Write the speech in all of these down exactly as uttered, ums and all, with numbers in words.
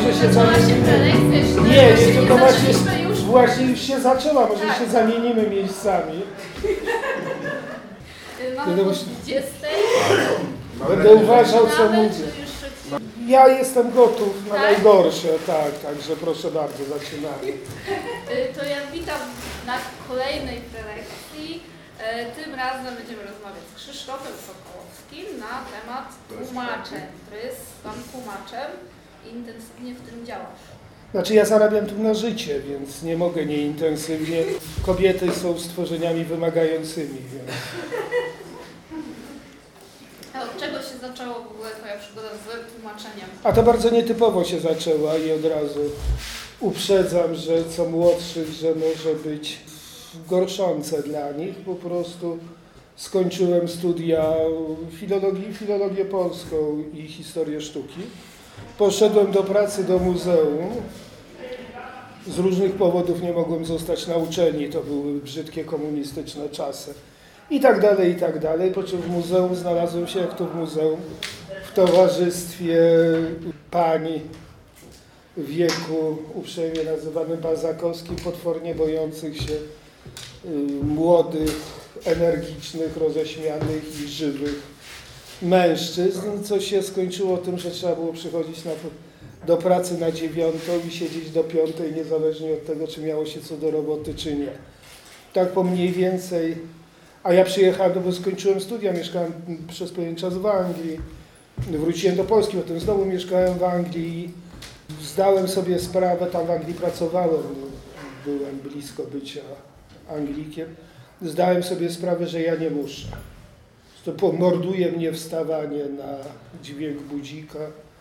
może się zaczęła się prelekcja, jeszcze nie, nie, to, to właśnie, już. właśnie już się zaczęła, może tak. się zamienimy miejscami. Mamy po dwudziestej. Będę uważał, co mówię. Ja jestem gotów na tak? najgorsze, tak, także proszę bardzo, zaczynamy. To ja witam na kolejnej prelekcji. Tym razem będziemy rozmawiać z Krzysztofem Sokołowskim na temat tłumaczeń, który jest Pan tłumaczem i intensywnie w tym działasz. Znaczy ja zarabiam tu na życie, więc nie mogę nieintensywnie. Kobiety są stworzeniami wymagającymi, więc... A od czego się zaczęło w ogóle Twoja przygoda z tłumaczeniem? A to bardzo nietypowo się zaczęła i od razu uprzedzam, że co młodszych, że może być gorszące dla nich. Po prostu skończyłem studia filologii, filologię polską i historię sztuki. Poszedłem do pracy do muzeum. Z różnych powodów nie mogłem zostać na uczelni, to były brzydkie komunistyczne czasy. I tak dalej, i tak dalej. Po czym w muzeum znalazłem się, jak to w muzeum, w towarzystwie pani w wieku uprzejmie nazywanym balzakowskim, potwornie bojących się y, młodych, energicznych, roześmianych i żywych mężczyzn, co się skończyło tym, że trzeba było przychodzić na, do pracy na dziewiątą i siedzieć do piątej, niezależnie od tego, czy miało się co do roboty, czy nie. Tak po mniej więcej. A ja przyjechałem, no bo skończyłem studia, mieszkałem przez pewien czas w Anglii, wróciłem do Polski, potem znowu mieszkałem w Anglii, zdałem sobie sprawę, tam w Anglii pracowałem, byłem blisko bycia Anglikiem, zdałem sobie sprawę, że ja nie muszę. To morduje mnie wstawanie na dźwięk budzika,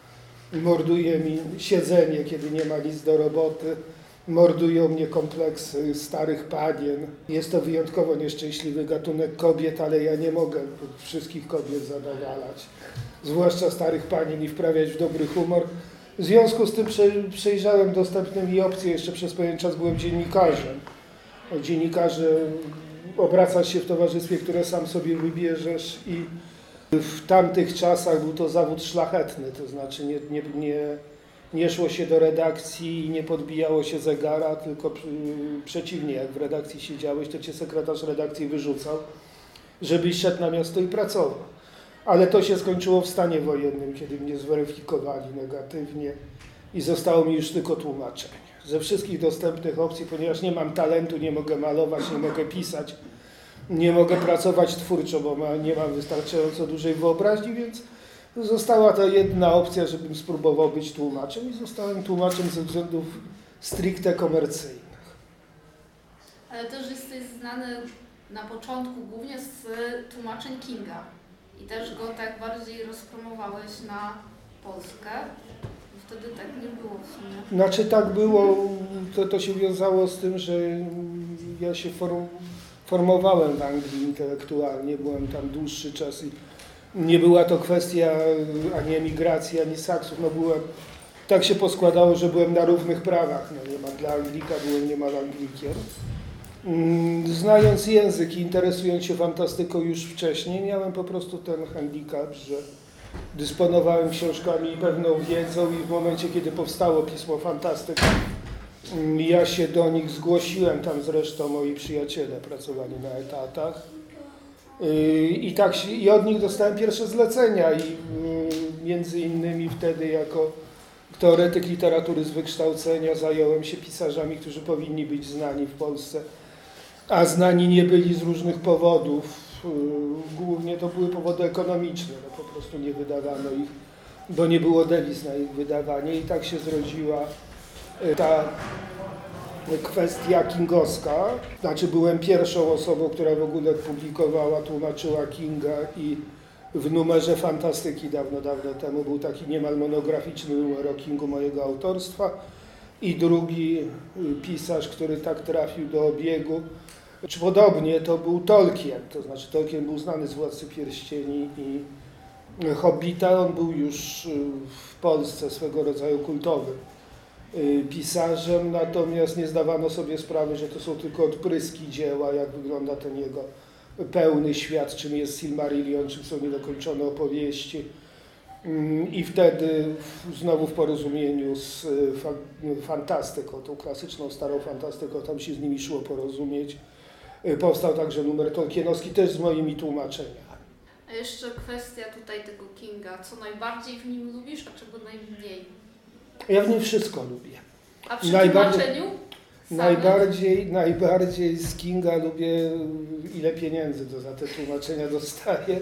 morduje mi siedzenie, kiedy nie ma nic do roboty, mordują mnie kompleksy starych panien. Jest to wyjątkowo nieszczęśliwy gatunek kobiet, ale ja nie mogę wszystkich kobiet zadowalać, zwłaszcza starych panien, i wprawiać w dobry humor. W związku z tym przejrzałem dostępne mi opcje, jeszcze przez pewien czas byłem dziennikarzem. Dziennikarze obracasz się w towarzystwie, które sam sobie wybierzesz, i w tamtych czasach był to zawód szlachetny, to znaczy nie, nie, nie, nie szło się do redakcji i nie podbijało się zegara, tylko przeciwnie, jak w redakcji siedziałeś, to cię sekretarz redakcji wyrzucał, żebyś szedł na miasto i pracował. Ale to się skończyło w stanie wojennym, kiedy mnie zweryfikowali negatywnie i zostało mi już tylko tłumaczenie. Ze wszystkich dostępnych opcji, ponieważ nie mam talentu, nie mogę malować, nie mogę pisać, nie mogę pracować twórczo, bo ma, nie mam wystarczająco dużej wyobraźni, więc została to jedna opcja, żebym spróbował być tłumaczem, i zostałem tłumaczem ze względów stricte komercyjnych. Ale też jesteś znany na początku głównie z tłumaczeń Kinga i też go tak bardziej rozpromowałeś na Polskę. Wtedy tak nie było w sumie. Znaczy tak było, to, to się wiązało z tym, że ja się form, formowałem w Anglii intelektualnie, byłem tam dłuższy czas i nie była to kwestia ani emigracji, ani saksów. No byłem, tak się poskładało, że byłem na równych prawach. No nie ma dla Anglika, byłem niemal Anglikiem. Znając język i interesując się fantastyką już wcześniej, miałem po prostu ten handicap, że dysponowałem książkami i pewną wiedzą, i w momencie, kiedy powstało pismo Fantastyka, ja się do nich zgłosiłem, tam zresztą moi przyjaciele pracowali na etatach, i tak się, i od nich dostałem pierwsze zlecenia, i między innymi wtedy jako teoretyk literatury z wykształcenia zająłem się pisarzami, którzy powinni być znani w Polsce, a znani nie byli z różnych powodów. Głównie to były powody ekonomiczne, no po prostu nie wydawano ich, bo nie było dewiz na ich wydawanie, i tak się zrodziła ta kwestia kingowska. Znaczy byłem pierwszą osobą, która w ogóle publikowała, tłumaczyła Kinga, i w numerze Fantastyki dawno, dawno temu był taki niemal monograficzny numer o Kingu mojego autorstwa, i drugi pisarz, który tak trafił do obiegu, czy podobnie, to był Tolkien, to znaczy Tolkien był znany z Władcy Pierścieni i Hobbita, on był już w Polsce swego rodzaju kultowym pisarzem, natomiast nie zdawano sobie sprawy, że to są tylko odpryski dzieła, jak wygląda ten jego pełny świat, czym jest Silmarillion, czym są niedokończone opowieści. I wtedy znowu w porozumieniu z fantastyką, tą klasyczną, starą fantastyką, tam się z nimi szło porozumieć. Powstał także numer tolkienowski, też z moimi tłumaczeniami. A jeszcze kwestia tutaj tego Kinga. Co najbardziej w nim lubisz, a czego najmniej? Ja w nim wszystko lubię. A przy Najbardziej, tłumaczeniu? najbardziej, najbardziej z Kinga lubię, ile pieniędzy to za te tłumaczenia dostaję.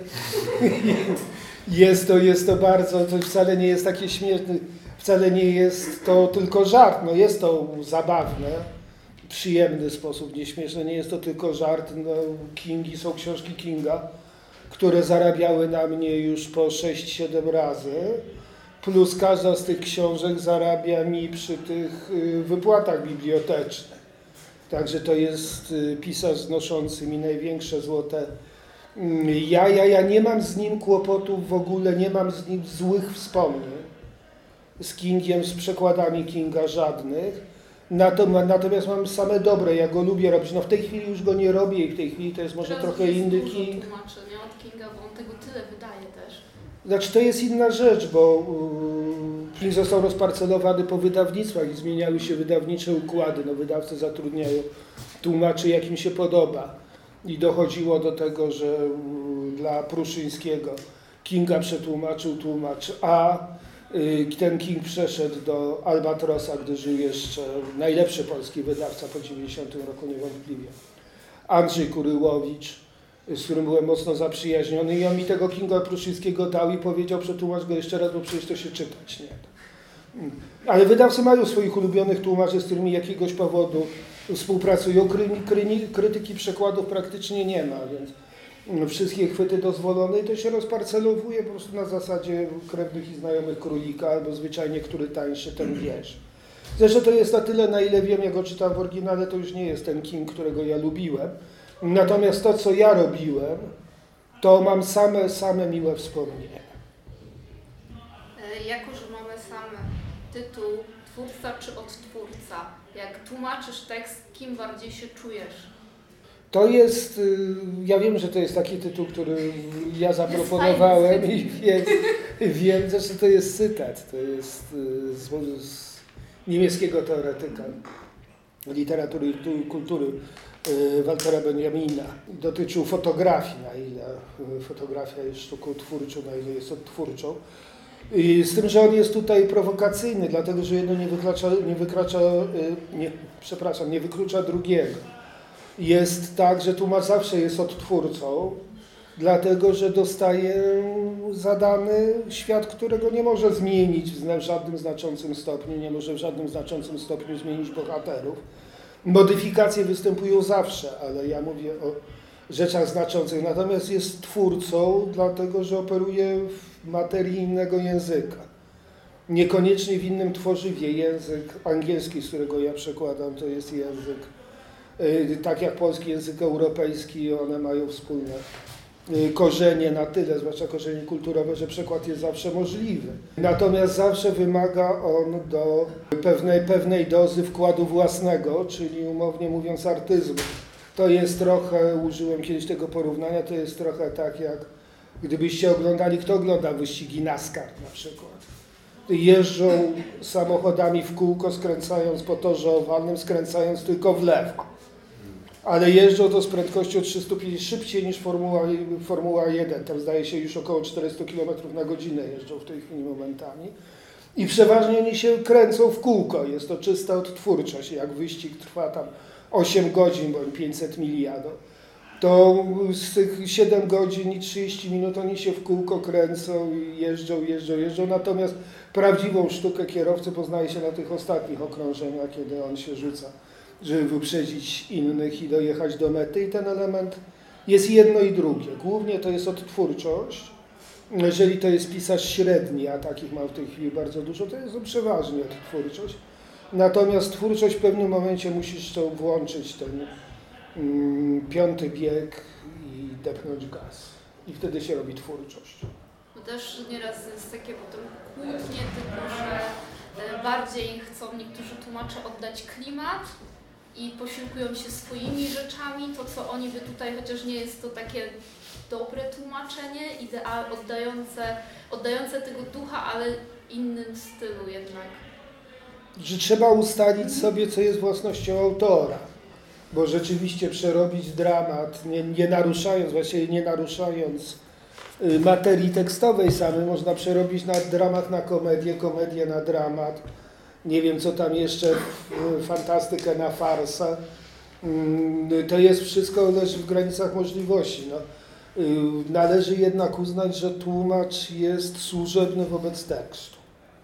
Jest to, jest to bardzo, to wcale nie jest takie śmieszne, wcale nie jest to tylko żart, no jest to zabawne, przyjemny sposób, nieśmieszne, nie jest to tylko żart, no Kingi, są książki Kinga, które zarabiały na mnie już po sześć siedem razy, plus każda z tych książek zarabia mi przy tych wypłatach bibliotecznych. Także to jest pisarz znoszący mi największe złote Ja, ja, ja nie mam z nim kłopotów w ogóle, nie mam z nim złych wspomnień z Kingiem, z przekładami Kinga żadnych, natomiast mam same dobre, ja go lubię robić. No w tej chwili już go nie robię i w tej chwili to jest może Teraz trochę jest inny dużo King. tłumaczenia od Kinga, bo on tego tyle wydaje też. Znaczy to jest inna rzecz, bo King został rozparcelowany po wydawnictwach i zmieniały się wydawnicze układy. No wydawcy zatrudniają tłumaczy jak im się podoba. I dochodziło do tego, że dla Pruszyńskiego Kinga przetłumaczył tłumacz A, ten King przeszedł do Albatrosa, gdy żył jeszcze najlepszy polski wydawca po dziewięćdziesiątym roku niewątpliwie. Andrzej Kuryłowicz, z którym byłem mocno zaprzyjaźniony i on mi tego Kinga Pruszyńskiego dał i powiedział, przetłumacz go jeszcze raz, bo przecież to się czytać nie da. Ale wydawcy mają swoich ulubionych tłumaczy, z którymi jakiegoś powodu współpracują. Kry, kry, krytyki przekładów praktycznie nie ma, więc wszystkie chwyty dozwolone i to się rozparcelowuje po prostu na zasadzie krewnych i znajomych królika, albo zwyczajnie, który tańszy, ten wiesz. Zresztą to jest na tyle, na ile wiem, jak go czytam w oryginale, to już nie jest ten King, którego ja lubiłem. Natomiast to, co ja robiłem, to mam same, same miłe wspomnienia. Jako, że mamy same tytuł twórca czy odtwórca, jak tłumaczysz tekst, kim bardziej się czujesz? To jest, ja wiem, że to jest taki tytuł, który ja zaproponowałem i wiem, wiem, że to jest cytat, to jest z, z niemieckiego teoretyka literatury i kultury Waltera Benjamina. Dotyczył fotografii, na ile fotografia jest sztuką twórczą, na ile jest odtwórczą. I z tym, że on jest tutaj prowokacyjny, dlatego że jedno nie wykracza, nie wykracza, nie, przepraszam, nie wyklucza drugiego. Jest tak, że tłumacz zawsze jest odtwórcą, dlatego że dostaje zadany świat, którego nie może zmienić w żadnym znaczącym stopniu, nie może w żadnym znaczącym stopniu zmienić bohaterów. Modyfikacje występują zawsze, ale ja mówię o rzeczach znaczących. Natomiast jest twórcą, dlatego że operuje w materii innego języka. Niekoniecznie w innym tworzywie. Język angielski, z którego ja przekładam, to jest język, yy, tak jak polski, język europejski, one mają wspólne yy, korzenie na tyle, zwłaszcza korzenie kulturowe, że przekład jest zawsze możliwy. Natomiast zawsze wymaga on do pewnej, pewnej dozy wkładu własnego, czyli umownie mówiąc artyzmu. To jest trochę, użyłem kiedyś tego porównania, to jest trochę tak jak gdybyście oglądali, kto ogląda wyścigi NASCAR na przykład. Jeżdżą samochodami w kółko, skręcając po torze owalnym, skręcając tylko w lewo. Ale jeżdżą to z prędkością trzysta pięćdziesiąt, szybciej niż Formuła, Formuła jeden. Tam zdaje się już około czterysta kilometrów na godzinę jeżdżą w tej chwili momentami. I przeważnie oni się kręcą w kółko. Jest to czysta odtwórczość. Jak wyścig trwa tam osiem godzin, bądź pięćset mil jadą, to z tych siedem godzin i trzydzieści minut oni się w kółko kręcą i jeżdżą, jeżdżą, jeżdżą. Natomiast prawdziwą sztukę kierowcy poznaje się na tych ostatnich okrążeniach, kiedy on się rzuca, żeby wyprzedzić innych i dojechać do mety. I ten element jest jedno i drugie. Głównie to jest odtwórczość. Jeżeli to jest pisarz średni, a takich mam w tej chwili bardzo dużo, to jest to przeważnie odtwórczość. Natomiast twórczość w pewnym momencie musisz to włączyć ten mm, piąty bieg i depnąć gaz. I wtedy się robi twórczość. Bo też nieraz jest takie potem kłótnie typu, że bardziej chcą niektórzy tłumacze oddać klimat i posiłkują się swoimi rzeczami, to co oni by tutaj, chociaż nie jest to takie dobre tłumaczenie, idea, oddające, oddające tego ducha, ale innym stylu jednak. Że trzeba ustalić sobie, co jest własnością autora, bo rzeczywiście przerobić dramat, nie, nie naruszając, właściwie nie naruszając y, materii tekstowej samej, można przerobić na dramat na komedię, komedię na dramat, nie wiem co tam jeszcze, y, fantastykę na farsę. Y, to jest wszystko, leży w granicach możliwości. No. Y, należy jednak uznać, że tłumacz jest służebny wobec tekstu.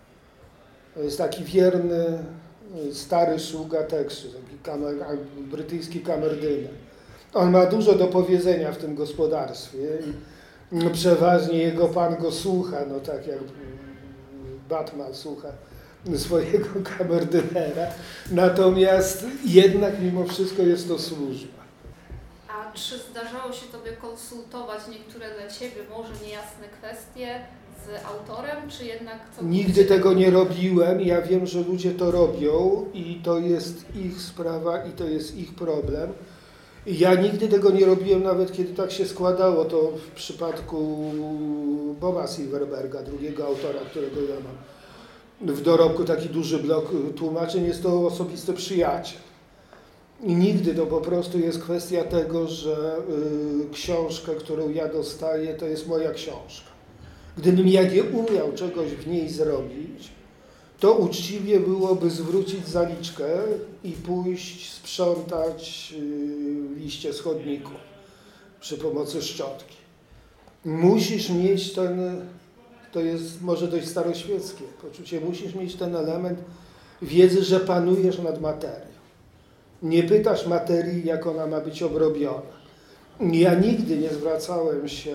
To jest taki wierny, stary sługa tekstu, taki kamer, brytyjski kamerdyner. On ma dużo do powiedzenia w tym gospodarstwie i przeważnie jego pan go słucha, no tak jak Batman słucha swojego kamerdynera. Natomiast jednak mimo wszystko jest to służba. A czy zdarzało się Tobie konsultować niektóre dla Ciebie może niejasne kwestie z autorem, czy jednak... Nigdy tego nie robiłem. Ja wiem, że ludzie to robią i to jest ich sprawa i to jest ich problem. Ja nigdy tego nie robiłem, nawet kiedy tak się składało. To w przypadku Boba Silverberga, drugiego autora, którego ja mam w dorobku taki duży blok tłumaczeń, jest to osobisty przyjaciel. I nigdy to po prostu jest kwestia tego, że y, książkę, którą ja dostaję, to jest moja książka. Gdybym ja nie umiał czegoś w niej zrobić, to uczciwie byłoby zwrócić zaliczkę i pójść sprzątać y, liście z chodniku przy pomocy szczotki. Musisz mieć ten, to jest może dość staroświeckie poczucie, musisz mieć ten element wiedzy, że panujesz nad materią. Nie pytasz materii, jak ona ma być obrobiona. Ja nigdy nie zwracałem się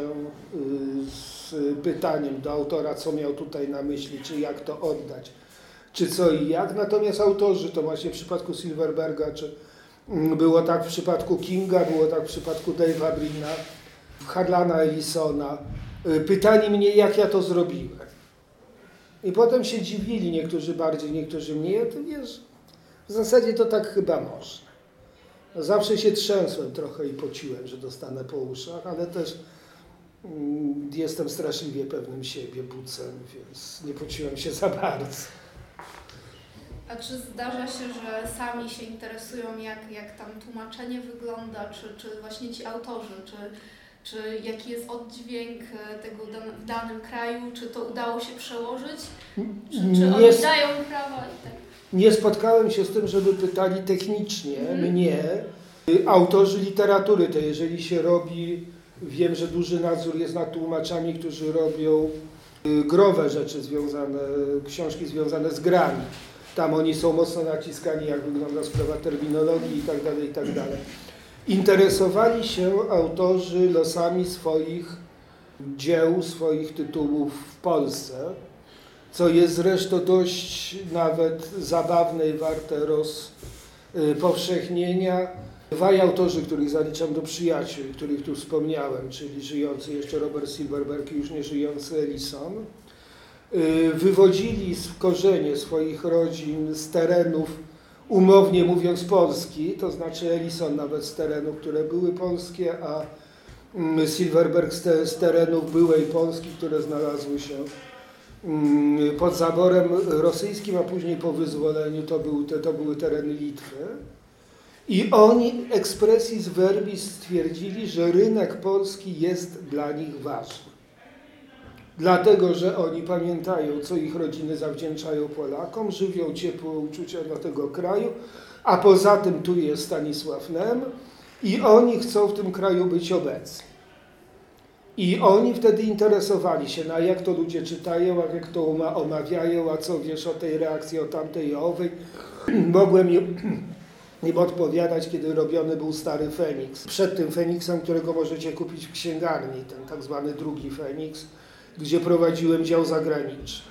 z pytaniem do autora, co miał tutaj na myśli, czy jak to oddać, czy co i jak. Natomiast autorzy, to właśnie w przypadku Silverberga, czy było tak w przypadku Kinga, było tak w przypadku Dave'a Brina, Harlana Ellisona, pytali mnie, jak ja to zrobiłem. I potem się dziwili, niektórzy bardziej, niektórzy mniej. Ja to wiesz, w zasadzie to tak chyba można. Zawsze się trzęsłem trochę i pociłem, że dostanę po uszach, ale też mm, jestem straszliwie pewnym siebie bucem, więc nie pociłem się za bardzo. A czy zdarza się, że sami się interesują, jak, jak tam tłumaczenie wygląda, czy, czy właśnie ci autorzy, czy, czy jaki jest oddźwięk tego w danym kraju, czy to udało się przełożyć, czy, czy oni Nie, dają prawa i tak? nie spotkałem się z tym, żeby pytali technicznie hmm. mnie. Autorzy literatury, to jeżeli się robi, wiem, że duży nadzór jest nad tłumaczami, którzy robią growe rzeczy związane, książki związane z grami. Tam oni są mocno naciskani, jak wygląda sprawa terminologii i tak dalej, i tak dalej. Interesowali się autorzy losami swoich dzieł, swoich tytułów w Polsce, co jest zresztą dość nawet zabawne i warte rozpowszechnienia. Dwaj autorzy, których zaliczam do przyjaciół, których tu wspomniałem, czyli żyjący jeszcze Robert Silverberg i już nie żyjący Ellison, wywodzili z korzenie swoich rodzin z terenów, umownie mówiąc, Polski, to znaczy Ellison nawet z terenów, które były polskie, a Silverberg z, te, z terenów byłej Polski, które znalazły się pod zaborem rosyjskim, a później po wyzwoleniu to, był, to, to były tereny Litwy. I oni expressis verbis stwierdzili, że rynek polski jest dla nich ważny. Dlatego, że oni pamiętają, co ich rodziny zawdzięczają Polakom, żywią ciepłe uczucia dla tego kraju, a poza tym tu jest Stanisław Lem i oni chcą w tym kraju być obecni. I oni wtedy interesowali się, na jak to ludzie czytają, a jak to omawiają, a co wiesz o tej reakcji, o tamtej i owej. Mogłem im, im odpowiadać, kiedy robiony był stary Feniks. Przed tym Feniksem, którego możecie kupić w księgarni, ten tak zwany drugi Feniks, gdzie prowadziłem dział zagraniczny.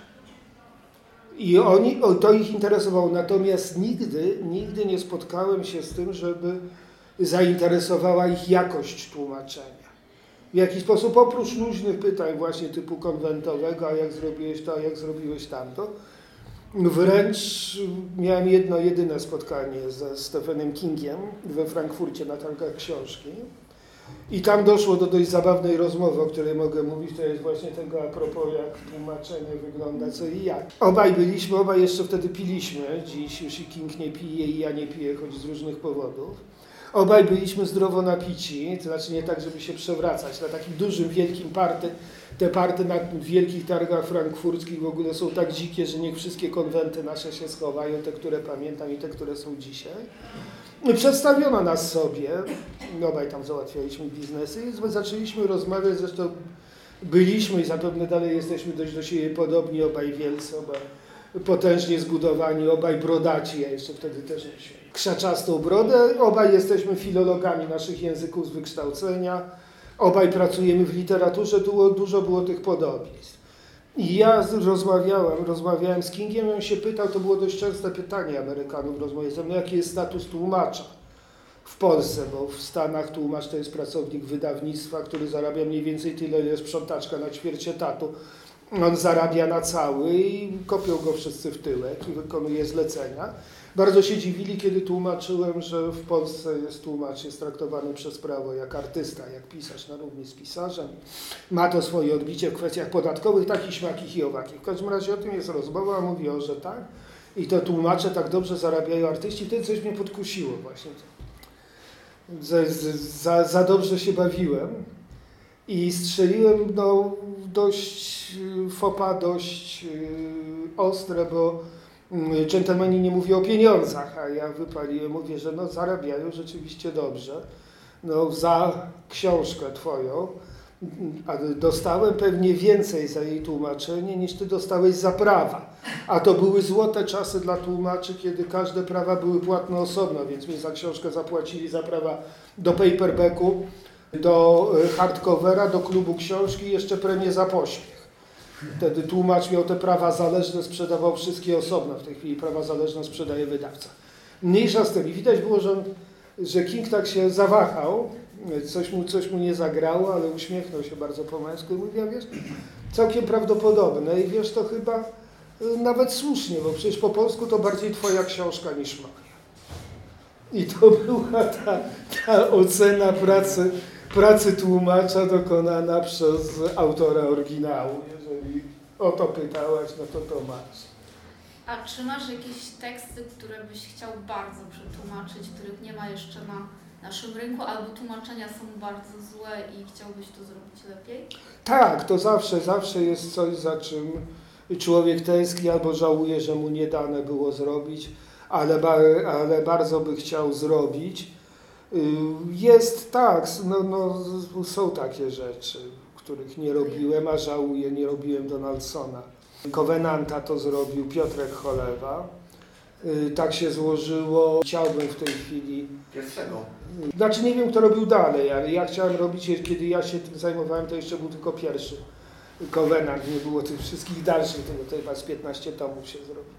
I oni, to ich interesowało, natomiast nigdy, nigdy nie spotkałem się z tym, żeby zainteresowała ich jakość tłumaczenia. W jaki sposób, oprócz luźnych pytań właśnie typu konwentowego, a jak zrobiłeś to, a jak zrobiłeś tamto, wręcz miałem jedno jedyne spotkanie ze Stephenem Kingiem we Frankfurcie na targach książki. I tam doszło do dość zabawnej rozmowy, o której mogę mówić, to jest właśnie tego a propos, jak tłumaczenie wygląda, co i jak. Obaj byliśmy, obaj jeszcze wtedy piliśmy, dziś już i King nie pije i ja nie piję, choć z różnych powodów. Obaj byliśmy zdrowo napici, to znaczy nie tak, żeby się przewracać, na takim dużym, wielkim party. Te party na wielkich targach frankfurckich w ogóle są tak dzikie, że niech wszystkie konwenty nasze się schowają, te, które pamiętam i te, które są dzisiaj. Przedstawiono nas sobie, obaj tam załatwialiśmy biznesy i zaczęliśmy rozmawiać, zresztą byliśmy i zapewne dalej jesteśmy dość do siebie podobni, obaj wielcy, obaj potężnie zbudowani, obaj brodaci, ja jeszcze wtedy też nosiłem krzaczastą brodę, obaj jesteśmy filologami naszych języków z wykształcenia, obaj pracujemy w literaturze, tu dużo było tych podobieństw. I ja rozmawiałem, rozmawiałem z Kingiem i on się pytał, to było dość częste pytanie Amerykanów w rozmowie ze mną, jaki jest status tłumacza w Polsce, bo w Stanach tłumacz to jest pracownik wydawnictwa, który zarabia mniej więcej tyle, ile sprzątaczka na ćwierć etatu. On zarabia na cały i kopią go wszyscy w tyłek i wykonuje zlecenia. Bardzo się dziwili, kiedy tłumaczyłem, że w Polsce jest tłumacz, jest traktowany przez prawo jak artysta, jak pisarz na równi z pisarzem. Ma to swoje odbicie w kwestiach podatkowych, takich, śmakich i owakich. W każdym razie o tym jest rozmowa, mówi o, że tak. I to tłumacze tak dobrze zarabiają artyści. Wtedy coś mnie podkusiło właśnie. Za, za, za dobrze się bawiłem. I strzeliłem no, dość fopa, dość yy, ostre, bo yy, dżentelmeni nie mówią o pieniądzach, a ja wypaliłem, mówię, że no, zarabiają rzeczywiście dobrze. No, za książkę twoją, a dostałem pewnie więcej za jej tłumaczenie, niż ty dostałeś za prawa. A to były złote czasy dla tłumaczy, kiedy każde prawa były płatne osobno, więc mi za książkę zapłacili za prawa do paperbacku, do hardcovera, do klubu książki i jeszcze premię za pośpiech. Wtedy tłumacz miał te prawa zależne, sprzedawał wszystkie osobno. W tej chwili prawa zależne sprzedaje wydawca. Mniejsza z tym. I widać było, że, że King tak się zawahał, coś mu, coś mu nie zagrało, ale uśmiechnął się bardzo po męsku i mówi, a wiesz, całkiem prawdopodobne i wiesz, to chyba nawet słusznie, bo przecież po polsku to bardziej twoja książka niż moja. I to była ta, ta ocena pracy, pracy tłumacza dokonana przez autora oryginału. Jeżeli o to pytałaś, no to to masz. A czy masz jakieś teksty, które byś chciał bardzo przetłumaczyć, których nie ma jeszcze na naszym rynku, albo tłumaczenia są bardzo złe i chciałbyś to zrobić lepiej? Tak, to zawsze, zawsze jest coś, za czym człowiek tęskni albo żałuje, że mu nie dane było zrobić, ale, ale bardzo by chciał zrobić. Jest tak, no, no, są takie rzeczy, których nie robiłem, a żałuję, nie robiłem Donaldsona. Covenanta to zrobił Piotrek Cholewa. Tak się złożyło. Chciałbym w tej chwili... Pierwszego. Znaczy nie wiem, kto robił dalej, ale ja chciałem robić, kiedy ja się tym zajmowałem, to jeszcze był tylko pierwszy Covenant. Nie było tych wszystkich dalszych, tylko to chyba z piętnaście tomów się zrobiło.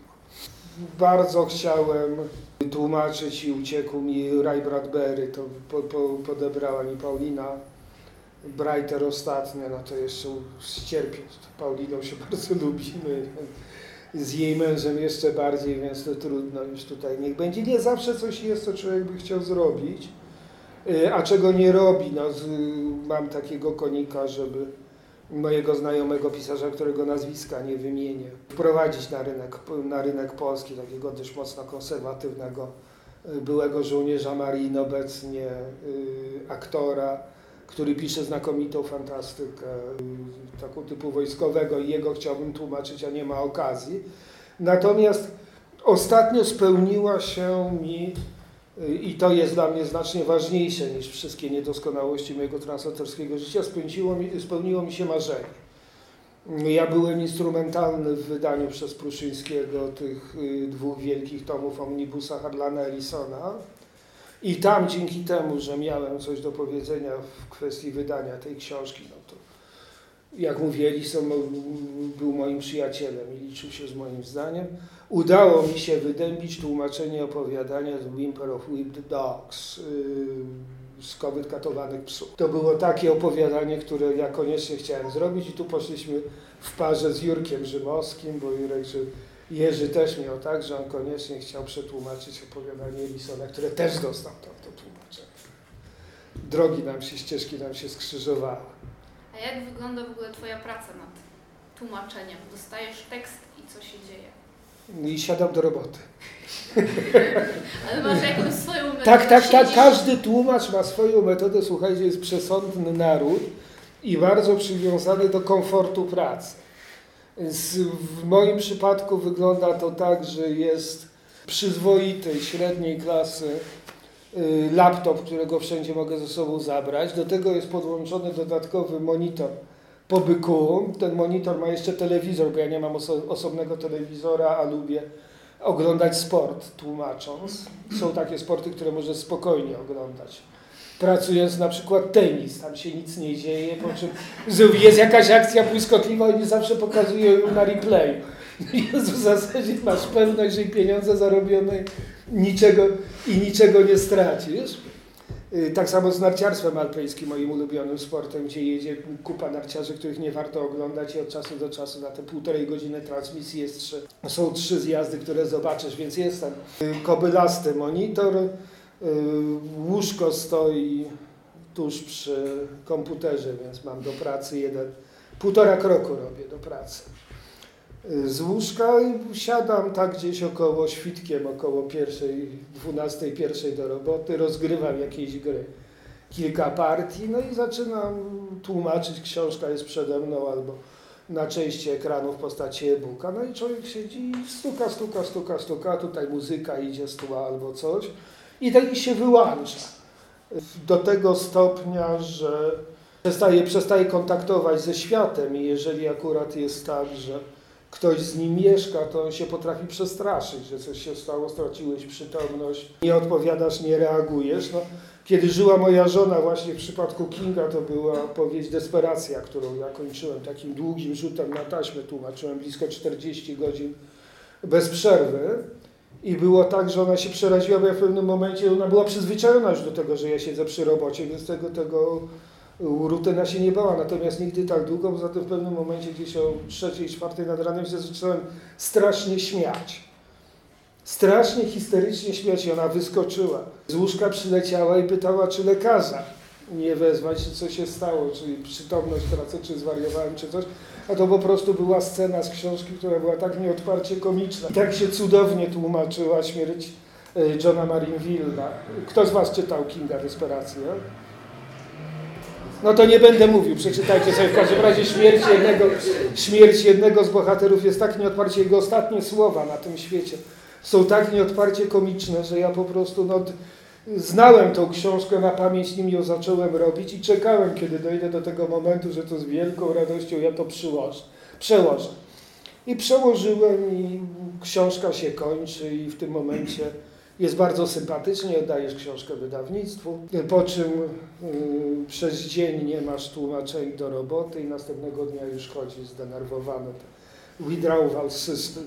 Bardzo chciałem tłumaczyć i uciekł mi Ray Bradbury, to po, po, podebrała mi Paulina Breiter ostatnio, no to jeszcze ścierpieć. Pauliną się bardzo lubimy, z jej mężem jeszcze bardziej, więc to trudno już tutaj niech będzie. Nie zawsze coś jest, co człowiek by chciał zrobić, a czego nie robi. No, z, mam takiego konika, żeby mojego znajomego pisarza, którego nazwiska nie wymienię, wprowadzić na rynek, na rynek polski, takiego dość mocno konserwatywnego byłego żołnierza marin, obecnie y, aktora, który pisze znakomitą fantastykę, y, taką typu wojskowego i jego chciałbym tłumaczyć, a nie ma okazji. Natomiast ostatnio spełniła się mi, y, i to jest dla mnie znacznie ważniejsze niż wszystkie niedoskonałości mojego translatorskiego życia, spełniło mi, spełniło mi się marzenie. Ja byłem instrumentalny w wydaniu przez Pruszyńskiego tych y, dwóch wielkich tomów omnibusa Harlana Ellisona i tam dzięki temu, że miałem coś do powiedzenia w kwestii wydania tej książki, no to jak mówię, Ellison był moim przyjacielem i liczył się z moim zdaniem, udało mi się wydębić tłumaczenie opowiadania The Whimper of Whipped Dogs, y, z kowyt katowanych psów. To było takie opowiadanie, które ja koniecznie chciałem zrobić i tu poszliśmy w parze z Jurkiem Rzymowskim, bo Jurek, że Jerzy też miał tak, że on koniecznie chciał przetłumaczyć opowiadanie Ellisona, które też dostał tam to tłumaczenie. drogi nam się, ścieżki nam się skrzyżowały. A jak wygląda w ogóle Twoja praca nad tłumaczeniem? Dostajesz tekst i co się dzieje? I siadam do roboty. Ale masz jakąś swoją metodę? Tak, tak, tak. Siedzisz- Każdy tłumacz ma swoją metodę. Słuchajcie, jest przesądny naród i bardzo przywiązany do komfortu pracy. Z, w moim przypadku wygląda to tak, że jest przyzwoitej, średniej klasy y, laptop, którego wszędzie mogę ze sobą zabrać. Do tego jest podłączony dodatkowy monitor po byku. Ten monitor ma jeszcze telewizor, bo ja nie mam oso- osobnego telewizora, a lubię oglądać sport tłumacząc. Są takie sporty, które możesz spokojnie oglądać. Pracując na przykład tenis, tam się nic nie dzieje, po czym jest jakaś akcja błyskotliwa, oni zawsze pokazują ją na replayu. Więc w zasadzie masz pewność, że i pieniądze zarobione niczego, i niczego nie stracisz. Tak samo z narciarstwem alpejskim, moim ulubionym sportem, gdzie jedzie kupa narciarzy, których nie warto oglądać i od czasu do czasu na te półtorej godziny transmisji jest trzy, są trzy zjazdy, które zobaczysz, więc jest tam kobylasty monitor, łóżko stoi tuż przy komputerze, więc mam do pracy jeden, półtora kroku robię do pracy. Z łóżka siadam tak gdzieś około świtkiem, około pierwszej, dwunastej, pierwszej do roboty, rozgrywam jakieś gry, kilka partii, no i zaczynam tłumaczyć, książka jest przede mną albo na części ekranu w postaci e-booka, no i człowiek siedzi i stuka, stuka, stuka, stuka, tutaj muzyka idzie z tła albo coś i tak i się wyłącza. Do tego stopnia, że przestaje, przestaje kontaktować ze światem i jeżeli akurat jest tak, że ktoś z nim mieszka, to on się potrafi przestraszyć, że coś się stało, straciłeś przytomność, nie odpowiadasz, nie reagujesz. No, kiedy żyła moja żona, właśnie w przypadku Kinga, to była powieść Desperacja, którą ja kończyłem takim długim rzutem na taśmę, tłumaczyłem blisko czterdzieści godzin bez przerwy. I było tak, że ona się przeraziła, bo ja w pewnym momencie, ona była przyzwyczajona już do tego, że ja siedzę przy robocie, więc tego, tego rutyna się nie bała, natomiast nigdy tak długo, poza tym w pewnym momencie gdzieś o trzeciej, czwartej nad ranem się zacząłem strasznie śmiać. Strasznie histerycznie śmiać i ona wyskoczyła. Z łóżka przyleciała i pytała, czy lekarza nie wezwać, czy co się stało, czy przytomność tracę, czy zwariowałem, czy coś. A to po prostu była scena z książki, która była tak nieodparcie komiczna. I tak się cudownie tłumaczyła śmierć Johna Marineville'a. Kto z was czytał Kinga Desperację? No to nie będę mówił, przeczytajcie sobie. W każdym razie śmierć jednego, śmierć jednego z bohaterów jest tak nieodparcie, jego ostatnie słowa na tym świecie są tak nieodparcie komiczne, że ja po prostu no, znałem tą książkę na pamięć, nim ją zacząłem robić i czekałem, kiedy dojdę do tego momentu, że to z wielką radością ja to przyłożę, przełożę. I przełożyłem i książka się kończy i w tym momencie jest bardzo sympatycznie, oddajesz książkę wydawnictwu, po czym y, przez dzień nie masz tłumaczeń do roboty i następnego dnia już chodzisz zdenerwowany. Withdrawal system,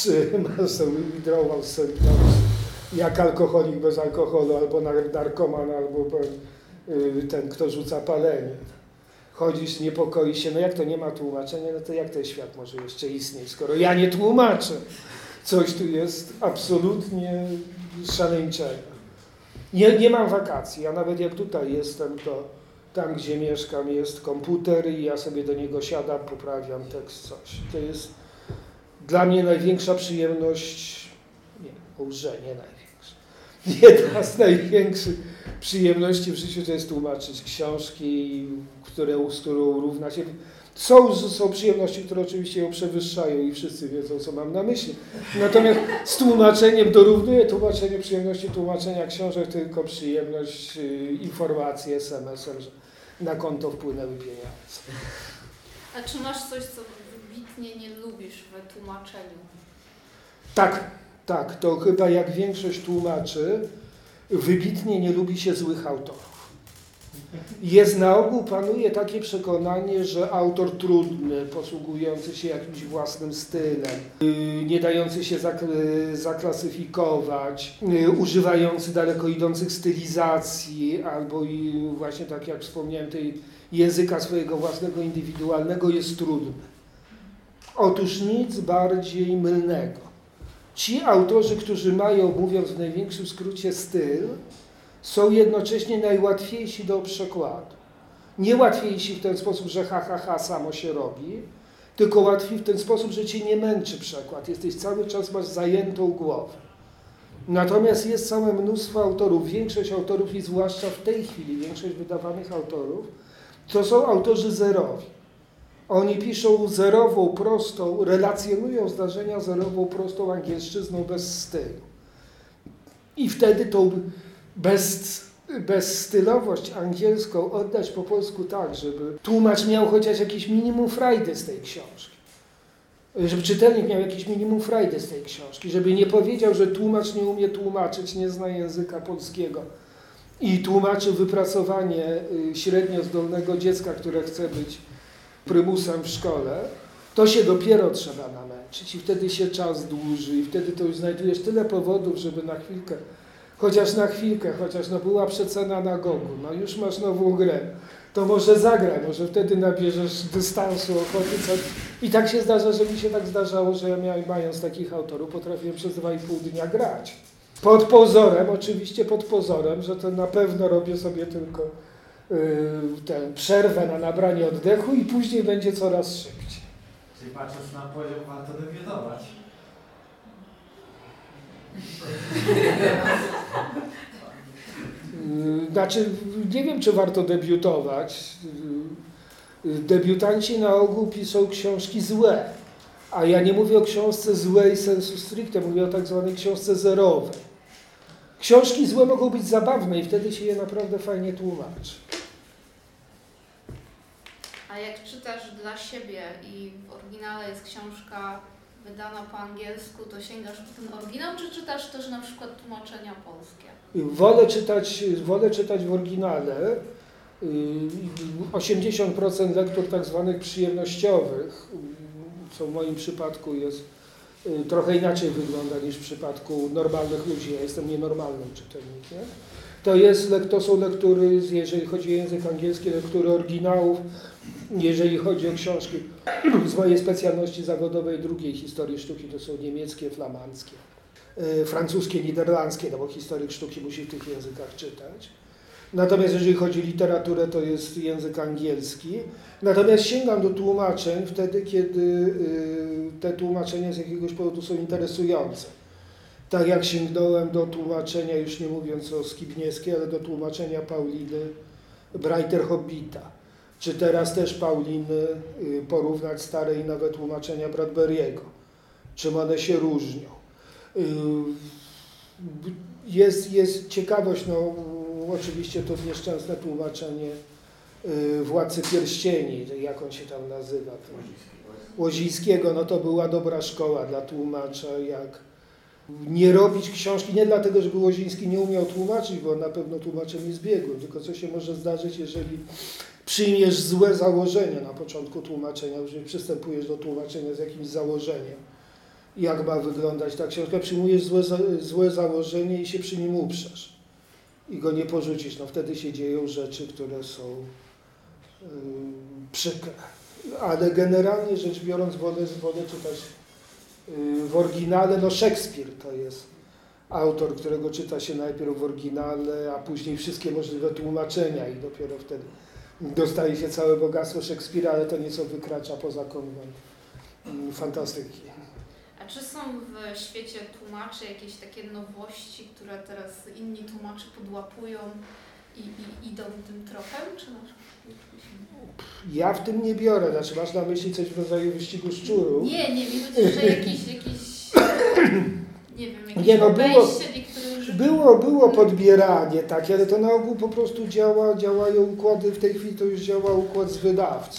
withdrawal symptoms, jak alkoholik bez alkoholu, albo narkoman, albo y, ten, kto rzuca palenie. Chodzisz, niepokoi się, no jak to nie ma tłumaczenia, no to jak ten świat może jeszcze istnieć, skoro ja nie tłumaczę? Coś tu jest absolutnie szaleńczego. Nie, nie mam wakacji, a nawet jak tutaj jestem, to tam, gdzie mieszkam, jest komputer i ja sobie do niego siadam, poprawiam tekst, coś. To jest dla mnie największa przyjemność, nie, łże, nie największa. Jedna z największych przyjemności w życiu to jest tłumaczyć książki, które, z którą równa się. Są, są przyjemności, które oczywiście ją przewyższają i wszyscy wiedzą, co mam na myśli. Natomiast z tłumaczeniem dorównuje tłumaczenie przyjemności tłumaczenia książek, tylko przyjemność y, informacji es em esem, że na konto wpłynęły pieniądze. A czy masz coś, co wybitnie nie lubisz w tłumaczeniu? Tak, tak. To chyba jak większość tłumaczy, wybitnie nie lubi się złych autorów. Jest na ogół, panuje takie przekonanie, że autor trudny, posługujący się jakimś własnym stylem, nie dający się zaklasyfikować, używający daleko idących stylizacji, albo i właśnie tak jak wspomniałem, tej języka swojego własnego, indywidualnego jest trudny. Otóż nic bardziej mylnego. Ci autorzy, którzy mają, mówiąc w największym skrócie, styl, są jednocześnie najłatwiejsi do przekładu. Nie łatwiejsi w ten sposób, że ha, ha, ha, samo się robi, tylko łatwiej w ten sposób, że cię nie męczy przekład. Jesteś cały czas, masz zajętą głowę. Natomiast jest całe mnóstwo autorów, większość autorów i zwłaszcza w tej chwili większość wydawanych autorów, to są autorzy zerowi. Oni piszą zerową, prostą, relacjonują zdarzenia zerową, prostą angielszczyzną bez stylu. I wtedy tą bez, bezstylowość angielską oddać po polsku tak, żeby tłumacz miał chociaż jakieś minimum frajdy z tej książki. Żeby czytelnik miał jakieś minimum frajdy z tej książki. Żeby nie powiedział, że tłumacz nie umie tłumaczyć, nie zna języka polskiego i tłumaczy wypracowanie średnio zdolnego dziecka, które chce być prymusem w szkole, to się dopiero trzeba namęczyć i wtedy się czas dłuży i wtedy to już znajdujesz tyle powodów, żeby na chwilkę, chociaż na chwilkę, chociaż no była przecena na Gogu, no już masz nową grę, to może zagraj, może wtedy nabierzesz dystansu, ochoty, coś. I tak się zdarza, że mi się tak zdarzało, że ja miałem, mając takich autorów, potrafiłem przez dwa i pół dnia grać. Pod pozorem, oczywiście pod pozorem, że to na pewno robię sobie tylko tę przerwę na nabranie oddechu i później będzie coraz szybciej. Czyli patrząc na poziom, warto debiutować. Znaczy, nie wiem, czy warto debiutować. Debiutanci na ogół piszą książki złe, a ja nie mówię o książce złej sensu stricte, mówię o tak zwanej książce zerowej. Książki złe mogą być zabawne i wtedy się je naprawdę fajnie tłumaczy. A jak czytasz dla siebie i w oryginale jest książka wydana po angielsku, to sięgasz po ten oryginał, czy czytasz też na przykład tłumaczenia polskie? Wolę czytać, wolę czytać w oryginale. osiemdziesiąt procent lektur tak zwanych przyjemnościowych, co w moim przypadku jest trochę inaczej wygląda niż w przypadku normalnych ludzi. Ja jestem nienormalnym czytelnikiem. To, jest, to są lektury, jeżeli chodzi o język angielski, lektury oryginałów, jeżeli chodzi o książki z mojej specjalności zawodowej drugiej historii sztuki, to są niemieckie, flamandzkie, francuskie, niderlandzkie, no bo historyk sztuki musi w tych językach czytać. Natomiast jeżeli chodzi o literaturę, to jest język angielski. Natomiast sięgam do tłumaczeń wtedy, kiedy te tłumaczenia z jakiegoś powodu są interesujące. Tak jak sięgnąłem do tłumaczenia, już nie mówiąc o Skibniewskiej, ale do tłumaczenia Pauliny Breiter-Hobbita. Czy teraz też Pauliny porównać stare i nowe tłumaczenia Bradbury'ego. Czym one się różnią. Jest, jest ciekawość, no oczywiście to nieszczęsne tłumaczenie Władcy Pierścieni, jak on się tam nazywa. Łozijskiego, no to była dobra szkoła dla tłumacza, jak nie robić książki, nie dlatego, żeby Łoziński nie umiał tłumaczyć, bo on na pewno tłumaczem jest biegłym, tylko co się może zdarzyć, jeżeli przyjmiesz złe założenie na początku tłumaczenia, jeżeli przystępujesz do tłumaczenia z jakimś założeniem, jak ma wyglądać ta książka, przyjmujesz złe, złe założenie i się przy nim uprzesz i go nie porzucisz, no wtedy się dzieją rzeczy, które są yy, przykre. Ale generalnie rzecz biorąc, wolę, wolę czytać yy, w oryginale, no Szekspir to jest autor, którego czyta się najpierw w oryginale, a później wszystkie możliwe tłumaczenia i dopiero wtedy dostaje się całe bogactwo Szekspira, ale to nieco wykracza poza konwent yy, fantastyki. A czy są w świecie tłumaczy jakieś takie nowości, które teraz inni tłumacze podłapują i, i idą tym tropem? Czy na przykład... Ja w tym nie biorę, znaczy masz na myśli coś w rodzaju wyścigu szczurów? Nie, nie, mi chodzi, że jakieś, jakieś nie wiem, jakieś nie, no było, niektórych... było, było podbieranie takie, ale to na ogół po prostu działa, działają układy, w tej chwili to już działa układ z wydawcą.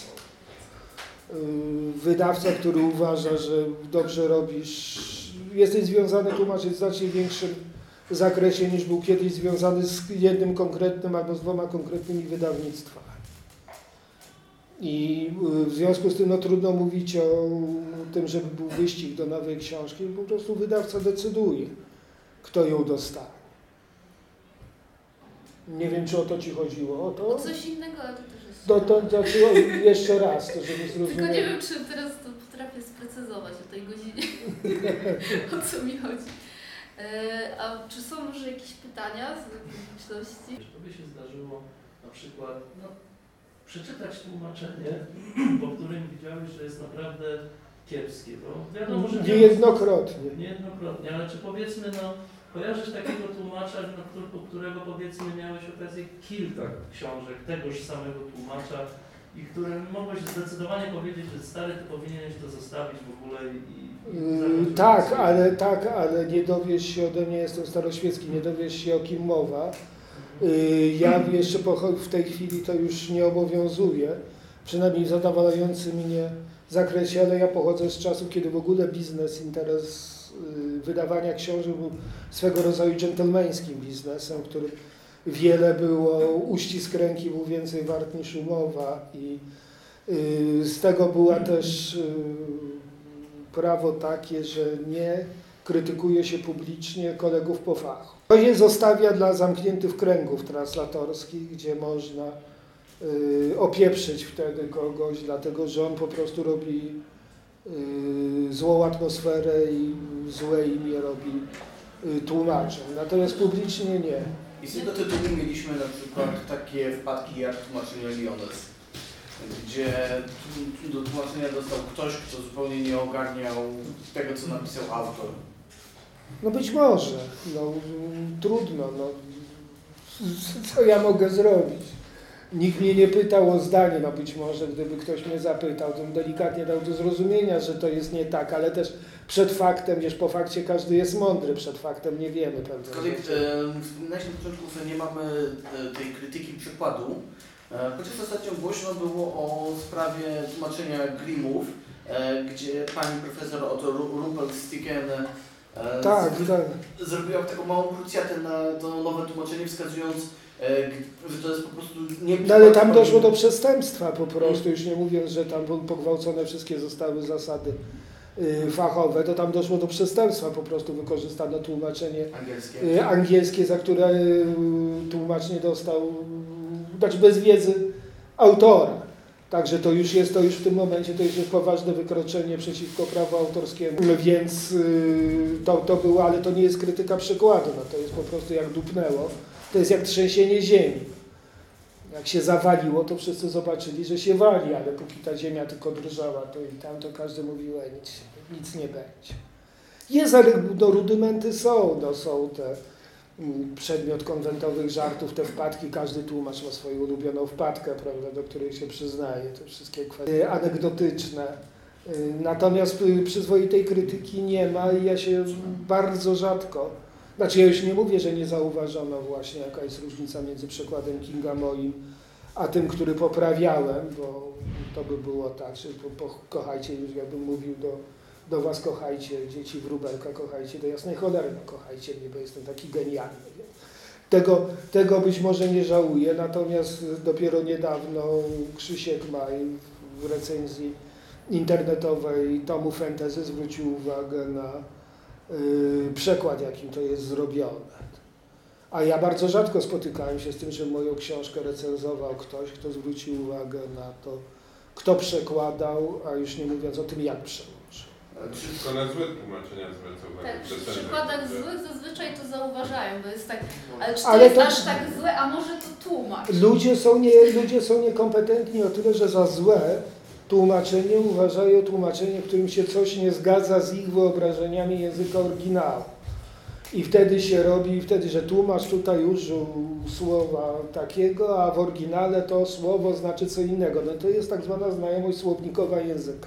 Wydawca, który uważa, że dobrze robisz, jesteś związany tłumaczyć w znacznie większym zakresie niż był kiedyś związany z jednym konkretnym albo z dwoma konkretnymi wydawnictwami. I w związku z tym no, trudno mówić o tym, żeby był wyścig do nowej książki, po prostu wydawca decyduje, kto ją dostanie. Nie wiem, czy o to Ci chodziło. O, to? O coś innego, ale to też jest... To, to, to, to jeszcze raz, to żeby zrozumieć. Tylko nie wiem, czy teraz to potrafię sprecyzować o tej godzinie, o co mi chodzi. E, A czy są może jakieś pytania z publiczności? To by się zdarzyło na przykład no, przeczytać tłumaczenie, po którym widziałeś, że jest naprawdę kiepskie, bo wiadomo, że Niejednokrotnie. Niejednokrotnie, ale czy powiedzmy, no, kojarzysz takiego tłumacza, no, który- po którego powiedzmy miałeś okazję kilka książek tegoż samego tłumacza i którym mogłeś zdecydowanie powiedzieć, że stary, ty powinieneś to zostawić w ogóle i... i Yy, tak, ale tak, ale nie dowiesz się ode mnie, jestem staroświecki, nie dowiesz się o kim mowa. Yy, ja jeszcze pocho- w tej chwili to już nie obowiązuje, przynajmniej w zadowalającym mnie zakresie, ale ja pochodzę z czasów, kiedy w ogóle biznes, interes yy, wydawania książek był swego rodzaju dżentelmeńskim biznesem, który wiele było, uścisk ręki był więcej wart niż umowa i yy, z tego była też yy, prawo takie, że nie krytykuje się publicznie kolegów po fachu. To je zostawia dla zamkniętych kręgów translatorskich, gdzie można y, opieprzyć wtedy kogoś, dlatego że on po prostu robi y, złą atmosferę i złe imię robi y, tłumaczem. Natomiast publicznie nie. I z tego tytułu mieliśmy na przykład takie wpadki jak tłumaczenie Liones, gdzie do tłumaczenia dostał ktoś, kto zupełnie nie ogarniał tego, co napisał autor. No być może, no trudno, no co ja mogę zrobić? Nikt mnie nie pytał o zdanie, no być może gdyby ktoś mnie zapytał, to bym delikatnie dał do zrozumienia, że to jest nie tak, ale też przed faktem, wiesz, po fakcie każdy jest mądry, przed faktem nie wiemy pewnie. Kolej, e, wspominałeś na początku, że nie mamy e, tej krytyki przykładu, e, chociaż ostatnio głośno było o sprawie tłumaczenia Grimmów, e, gdzie pani profesor Otto Rumpelstiltskin e, Tak, z, tak. zrobiła taką małą krucjatę na to nowe tłumaczenie, wskazując, e, że to jest po prostu nie... No ale tam doszło do przestępstwa po prostu, już nie mówiąc, że tam pogwałcone wszystkie zostały zasady y, fachowe, to tam doszło do przestępstwa, po prostu wykorzystano tłumaczenie Angielskie. y, angielskie, za które y, tłumacz nie dostał, y, znaczy bez wiedzy autora. Także to już jest, to już w tym momencie to już jest poważne wykroczenie przeciwko prawu autorskiemu, więc y, to, to było, ale to nie jest krytyka przykładu, no to jest po prostu jak dupnęło, to jest jak trzęsienie ziemi. Jak się zawaliło, to wszyscy zobaczyli, że się wali, ale póki ta ziemia tylko drżała, to i tam, to każdy mówił, e, nic, nic nie będzie. Jest, ale no, rudymenty są, no, są te mm, przedmiot konwentowych żartów, te wpadki, każdy tłumacz ma swoją ulubioną wpadkę, prawda, do której się przyznaje, te wszystkie kwestie anegdotyczne. Y, Natomiast y, przyzwoitej krytyki nie ma i ja się bardzo rzadko, znaczy ja już nie mówię, że nie zauważono właśnie jaka jest różnica między przekładem Kinga moim, a tym, który poprawiałem, bo to by było tak, że po, po, kochajcie, już jakbym mówił do, do was, kochajcie dzieci wróbelka, kochajcie do jasnej cholery, no kochajcie mnie, bo jestem taki genialny. Tego, tego być może nie żałuję, natomiast dopiero niedawno Krzysiek Maj w recenzji internetowej tomu fantasy zwrócił uwagę na Yy, przekład, jakim to jest zrobione. A ja bardzo rzadko spotykałem się z tym, że moją książkę recenzował ktoś, kto zwrócił uwagę na to, kto przekładał, a już nie mówiąc o tym, jak przełożył. Wszystko na złe tłumaczenia zwraca uwagę. Tak, przy Recenzent, przykładach że- złych zazwyczaj to zauważają, bo jest tak, ale czy to Ale jest to- aż tak złe, a może to tłumacz? Ludzie są, nie, ludzie są niekompetentni o tyle, że za złe tłumaczenie uważają tłumaczenie, w którym się coś nie zgadza z ich wyobrażeniami języka oryginału. I wtedy się robi, wtedy, że tłumacz tutaj użył słowa takiego, a w oryginale to słowo znaczy co innego. No to jest tak zwana znajomość słownikowa języka.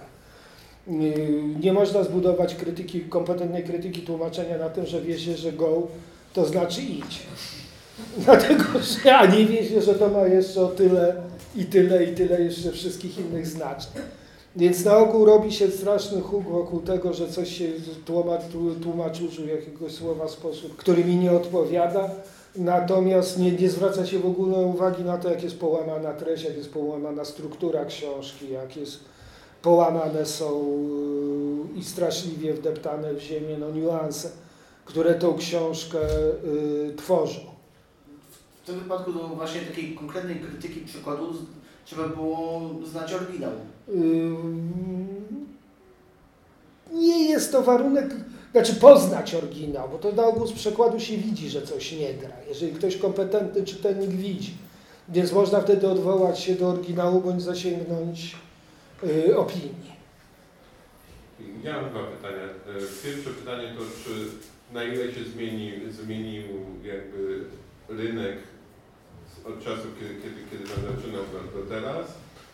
Nie można zbudować krytyki, kompetentnej krytyki tłumaczenia na tym, że wie się, że go to znaczy idź. Dlatego, że a nie wie się, że to ma jeszcze o tyle i tyle i tyle jeszcze wszystkich innych znaczeń. Więc na ogół robi się straszny huk wokół tego, że coś się tłumacz, tłumacz użył jakiegoś słowa w sposób, który mi nie odpowiada, natomiast nie, nie zwraca się w ogóle uwagi na to, jak jest połamana treść, jak jest połamana struktura książki, jak jest połamane są i straszliwie wdeptane w ziemię no, niuanse, które tą książkę y, tworzą. W tym wypadku do właśnie takiej konkretnej krytyki przykładu z- trzeba było znać oryginał. Nie jest to warunek, znaczy poznać oryginał, bo to na ogół z przekładu się widzi, że coś nie gra, jeżeli ktoś kompetentny czytelnik widzi. Więc można wtedy odwołać się do oryginału bądź zasięgnąć y, opinii. Ja mam dwa pytania. Pierwsze pytanie to, czy na ile się zmienił, zmienił jakby rynek od czasu, kiedy, kiedy, kiedy pan zaczynał do, do teraz?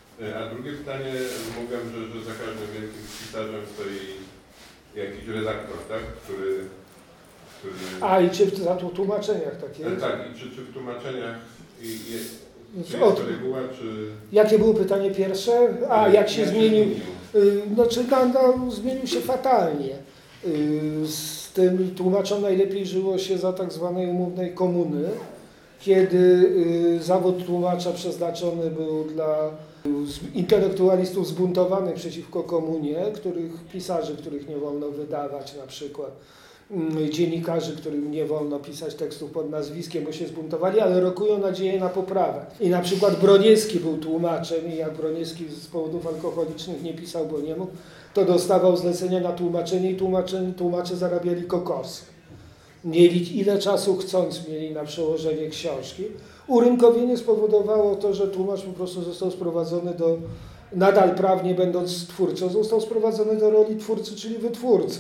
A drugie pytanie, mówiłem, że, że za każdym wielkim pisarzem stoi jakiś redaktor, tak? Który, który... A i czy w za tu tłumaczeniach tak jest? Tak, i czy, czy w tłumaczeniach i, i, czy jest Od, to reguła, czy... jakie było pytanie pierwsze? A, jak się zmienił? Y, Znaczy, no, no, zmienił się fatalnie. Y, Z tym tłumaczom najlepiej żyło się za tak zwanej umownej komuny, kiedy y, zawód tłumacza przeznaczony był dla y, intelektualistów zbuntowanych przeciwko komunie, których pisarzy, których nie wolno wydawać, na przykład y, dziennikarzy, którym nie wolno pisać tekstów pod nazwiskiem, bo się zbuntowali, ale rokują nadzieję na poprawę. I na przykład Broniewski był tłumaczem i jak Broniewski z powodów alkoholicznych nie pisał, bo nie mógł, to dostawał zlecenia na tłumaczenie i tłumacze, tłumacze zarabiali kokosy. Mieli ile czasu chcąc mieli na przełożenie książki. Urynkowienie spowodowało to, że tłumacz po prostu został sprowadzony do, nadal prawnie będąc twórcą, został sprowadzony do roli twórcy, czyli wytwórcy.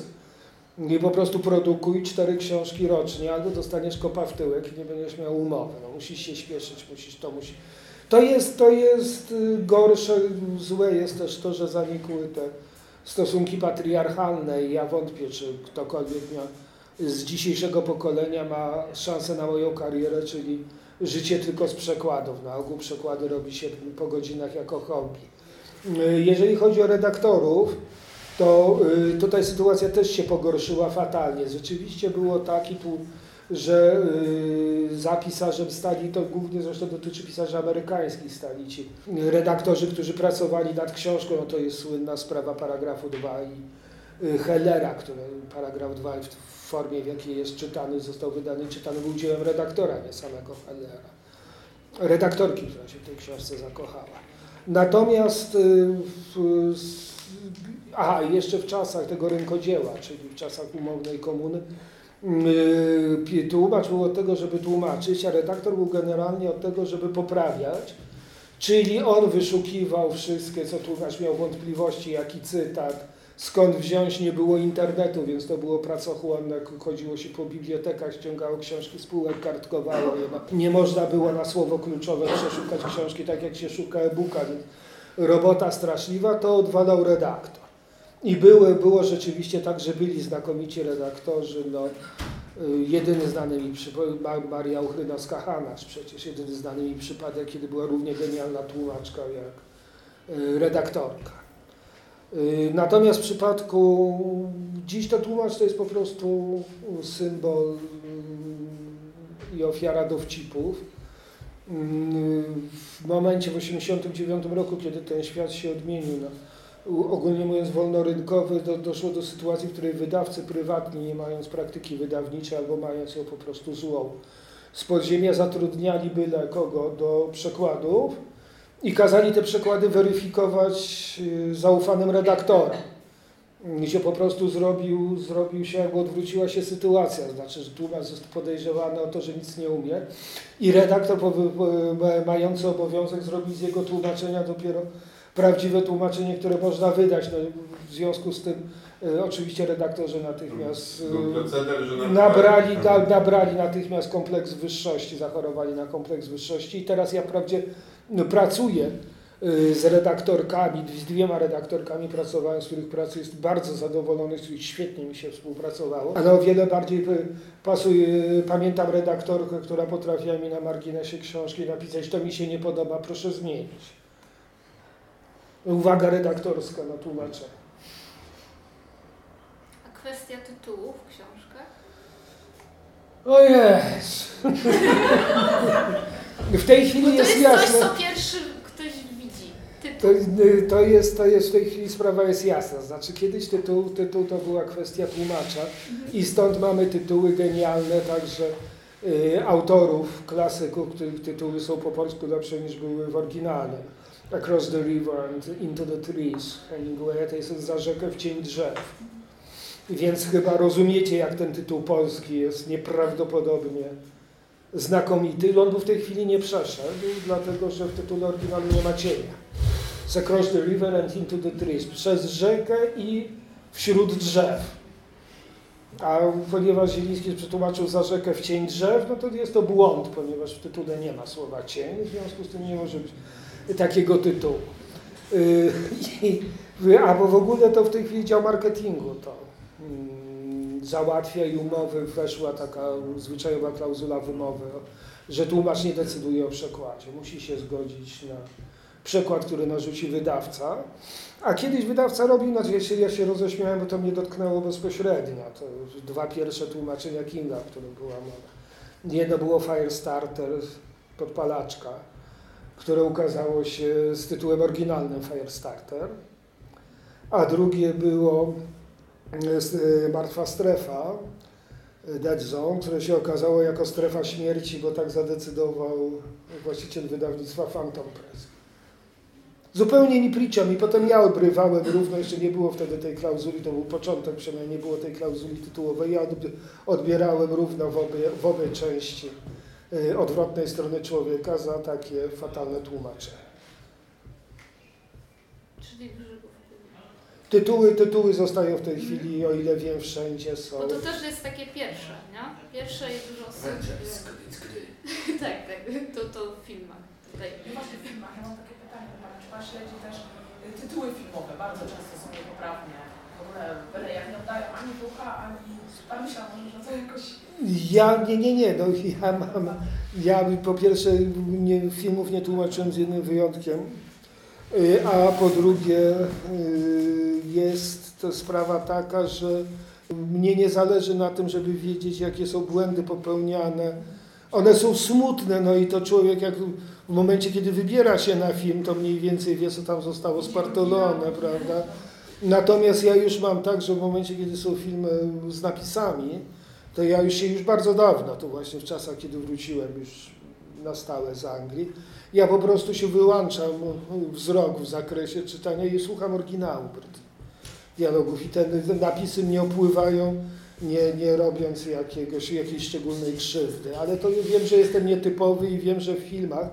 I po prostu produkuj cztery książki rocznie, albo dostaniesz kopa w tyłek i nie będziesz miał umowy. No, musisz się śpieszyć, musisz to, musi. To jest, to jest gorsze, złe jest też to, że zanikły te stosunki patriarchalne i ja wątpię, czy ktokolwiek miał z dzisiejszego pokolenia ma szansę na moją karierę, czyli życie tylko z przekładów. Na ogół przekłady robi się po godzinach jako hobby. Jeżeli chodzi o redaktorów, to tutaj sytuacja też się pogorszyła fatalnie. Rzeczywiście było tak i tu, że za pisarzem stali, to głównie zresztą dotyczy pisarzy amerykańskich, stali ci redaktorzy, którzy pracowali nad książką, no to jest słynna sprawa paragrafu dwa i Hellera, który paragraf dwa w formie, w jakiej jest czytany, został wydany i czytany był dziełem redaktora, nie samego Hellera. Redaktorki, która się w tej książce zakochała. Natomiast w, aha, jeszcze w czasach tego rękodzieła, czyli w czasach umownej komuny, tłumacz był od tego, żeby tłumaczyć, a redaktor był generalnie od tego, żeby poprawiać. Czyli on wyszukiwał wszystkie, co tłumacz miał wątpliwości, jaki cytat, skąd wziąć, nie było internetu, więc to było pracochłonne, chodziło się po bibliotekach, ściągało książki z półek, kartkowało je. Nie można było na słowo kluczowe przeszukać książki tak, jak się szuka e-booka, więc robota straszliwa, to odwalał redaktor. I były, było rzeczywiście tak, że byli znakomici redaktorzy, no, jedyny znany mi przypadek, Maria Uchrynowska-Hanasz, przecież jedyny znany mi przypadek, kiedy była równie genialna tłumaczka jak redaktorka. Natomiast w przypadku, dziś to tłumacz to jest po prostu symbol i ofiara dowcipów. W momencie w osiemdziesiątym dziewiątym roku, kiedy ten świat się odmienił, no, ogólnie mówiąc wolnorynkowy, do, doszło do sytuacji, w której wydawcy prywatni, nie mając praktyki wydawniczej albo mając ją po prostu złą, z podziemia zatrudniali byle kogo do przekładów i kazali te przekłady weryfikować zaufanym redaktorem. I się po prostu zrobił, zrobił się, jakby odwróciła się sytuacja, znaczy, że tłumacz jest podejrzewany o to, że nic nie umie i redaktor mający obowiązek zrobić z jego tłumaczenia dopiero prawdziwe tłumaczenie, które można wydać. No, w związku z tym y, oczywiście redaktorzy natychmiast y, proceder, że nabrali, da, nabrali natychmiast kompleks wyższości, zachorowali na kompleks wyższości i teraz ja wprawdzie no, pracuję y, z redaktorkami, z dwiema redaktorkami pracowałem, z których pracy jest bardzo zadowolony, z których świetnie mi się współpracowało, ale o wiele bardziej pasuje, pamiętam redaktorkę, która potrafiła mi na marginesie książki napisać, to mi się nie podoba, proszę zmienić. Uwaga redaktorska na tłumaczenie. A kwestia tytułów w książkach? O jest. W tej chwili Bo to jest, jest jasne. coś, co pierwszy ktoś widzi. To, Tytuł. to, jest, to jest w tej chwili sprawa jest jasna. Znaczy kiedyś tytuł, tytuł to była kwestia tłumacza mhm. i stąd mamy tytuły genialne, także y, autorów, klasyków, których tytuły są po polsku lepsze niż były w oryginale. Across the River and Into the Trees Hemingwaya, to jest Za rzekę w cień drzew. Więc chyba rozumiecie, jak ten tytuł polski jest nieprawdopodobnie znakomity. On był w tej chwili nie przeszedł, dlatego że w tytule oryginalnym nie ma cienia. Across the river and into the trees. Przez rzekę i wśród drzew. A ponieważ Zieliński przetłumaczył za rzekę w cień drzew, no to jest to błąd, ponieważ w tytule nie ma słowa cień, w związku z tym nie może być takiego tytułu. Yy, a bo w ogóle to w tej chwili dział marketingu to yy, załatwia i umowy, weszła taka zwyczajowa klauzula wymowy, że tłumacz nie decyduje o przekładzie, musi się zgodzić na przekład, który narzuci wydawca. A kiedyś wydawca robił, no ja się, ja się roześmiałem, bo to mnie dotknęło bezpośrednio. To dwa pierwsze tłumaczenia Kinga, o których była mowa. Jedno było Firestarter, podpalaczka, które ukazało się z tytułem oryginalnym Firestarter, a drugie było Martwa Strefa, Dead Zone, które się okazało jako strefa śmierci, bo tak zadecydował właściciel wydawnictwa Phantom Press. Zupełnie ni pliczem i potem ja obrywałem równo, jeszcze nie było wtedy tej klauzuli, to był początek, przynajmniej nie było tej klauzuli tytułowej, ja odbierałem równo w obie, w obie części y, odwrotnej strony człowieka za takie fatalne tłumaczenie. Czyli Brzegów. Tytuły, tytuły zostają w tej chwili, o ile wiem, wszędzie są. Bo to też jest takie pierwsze, nie? Pierwsze i dużo osób. Tak, tak, to, to w filmach. Tutaj. No właśnie w filmach, ja mam takie pytanie do Pana, czy Pan śledzi też tytuły filmowe, bardzo często są niepoprawnie, w ogóle w rejach nie oddają ani ducha, ani... Pan myślał, że to jakoś... Ja, nie, nie, nie, no ja mam, ja po pierwsze nie, filmów nie tłumaczyłem z jednym wyjątkiem, a po drugie jest to sprawa taka, że mnie nie zależy na tym, żeby wiedzieć, jakie są błędy popełniane. One są smutne, no i to człowiek jak w momencie, kiedy wybiera się na film, to mniej więcej wie, co tam zostało spartolone, prawda? Natomiast ja już mam tak, że w momencie, kiedy są filmy z napisami, to ja już się już bardzo dawno, to właśnie w czasach, kiedy wróciłem już na stałe z Anglii, ja po prostu się wyłączam wzrok w zakresie czytania i słucham oryginału dialogów i te napisy mnie opływają, nie, nie robiąc jakiegoś, jakiejś szczególnej krzywdy. Ale to wiem, że jestem nietypowy i wiem, że w filmach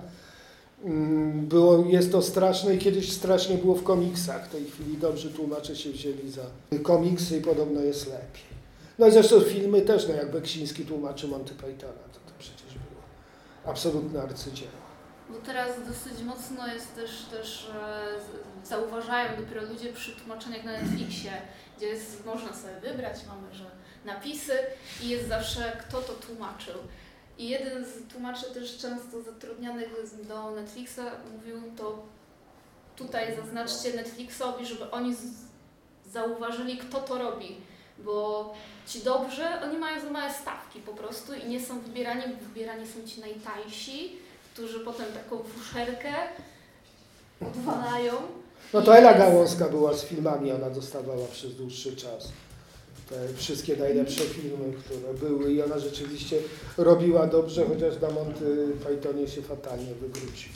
było, jest to straszne i kiedyś strasznie było w komiksach. W tej chwili dobrzy tłumacze się wzięli za komiksy i podobno jest lepiej. No i zresztą filmy też, no jak Beksiński tłumaczy Monty Pythona, to, to przecież było absolutne arcydzieło. Bo teraz dosyć mocno jest też, też e, zauważają dopiero ludzie przy tłumaczeniach na Netflixie, gdzie jest, można sobie wybrać, mamy, że napisy i jest zawsze kto to tłumaczył. I jeden z tłumaczy też często zatrudnianych do Netflixa mówił to tutaj zaznaczcie Netflixowi, żeby oni z, zauważyli kto to robi, bo ci dobrzy, oni mają za małe stawki po prostu i nie są wybierani, wybierani są ci najtańsi, którzy potem taką fuszerkę odwalają. No to Ela Gałązka była z filmami, ona dostawała przez dłuższy czas te wszystkie najlepsze filmy, które były i ona rzeczywiście robiła dobrze, chociaż na Monty Pythonie się fatalnie wywrócił.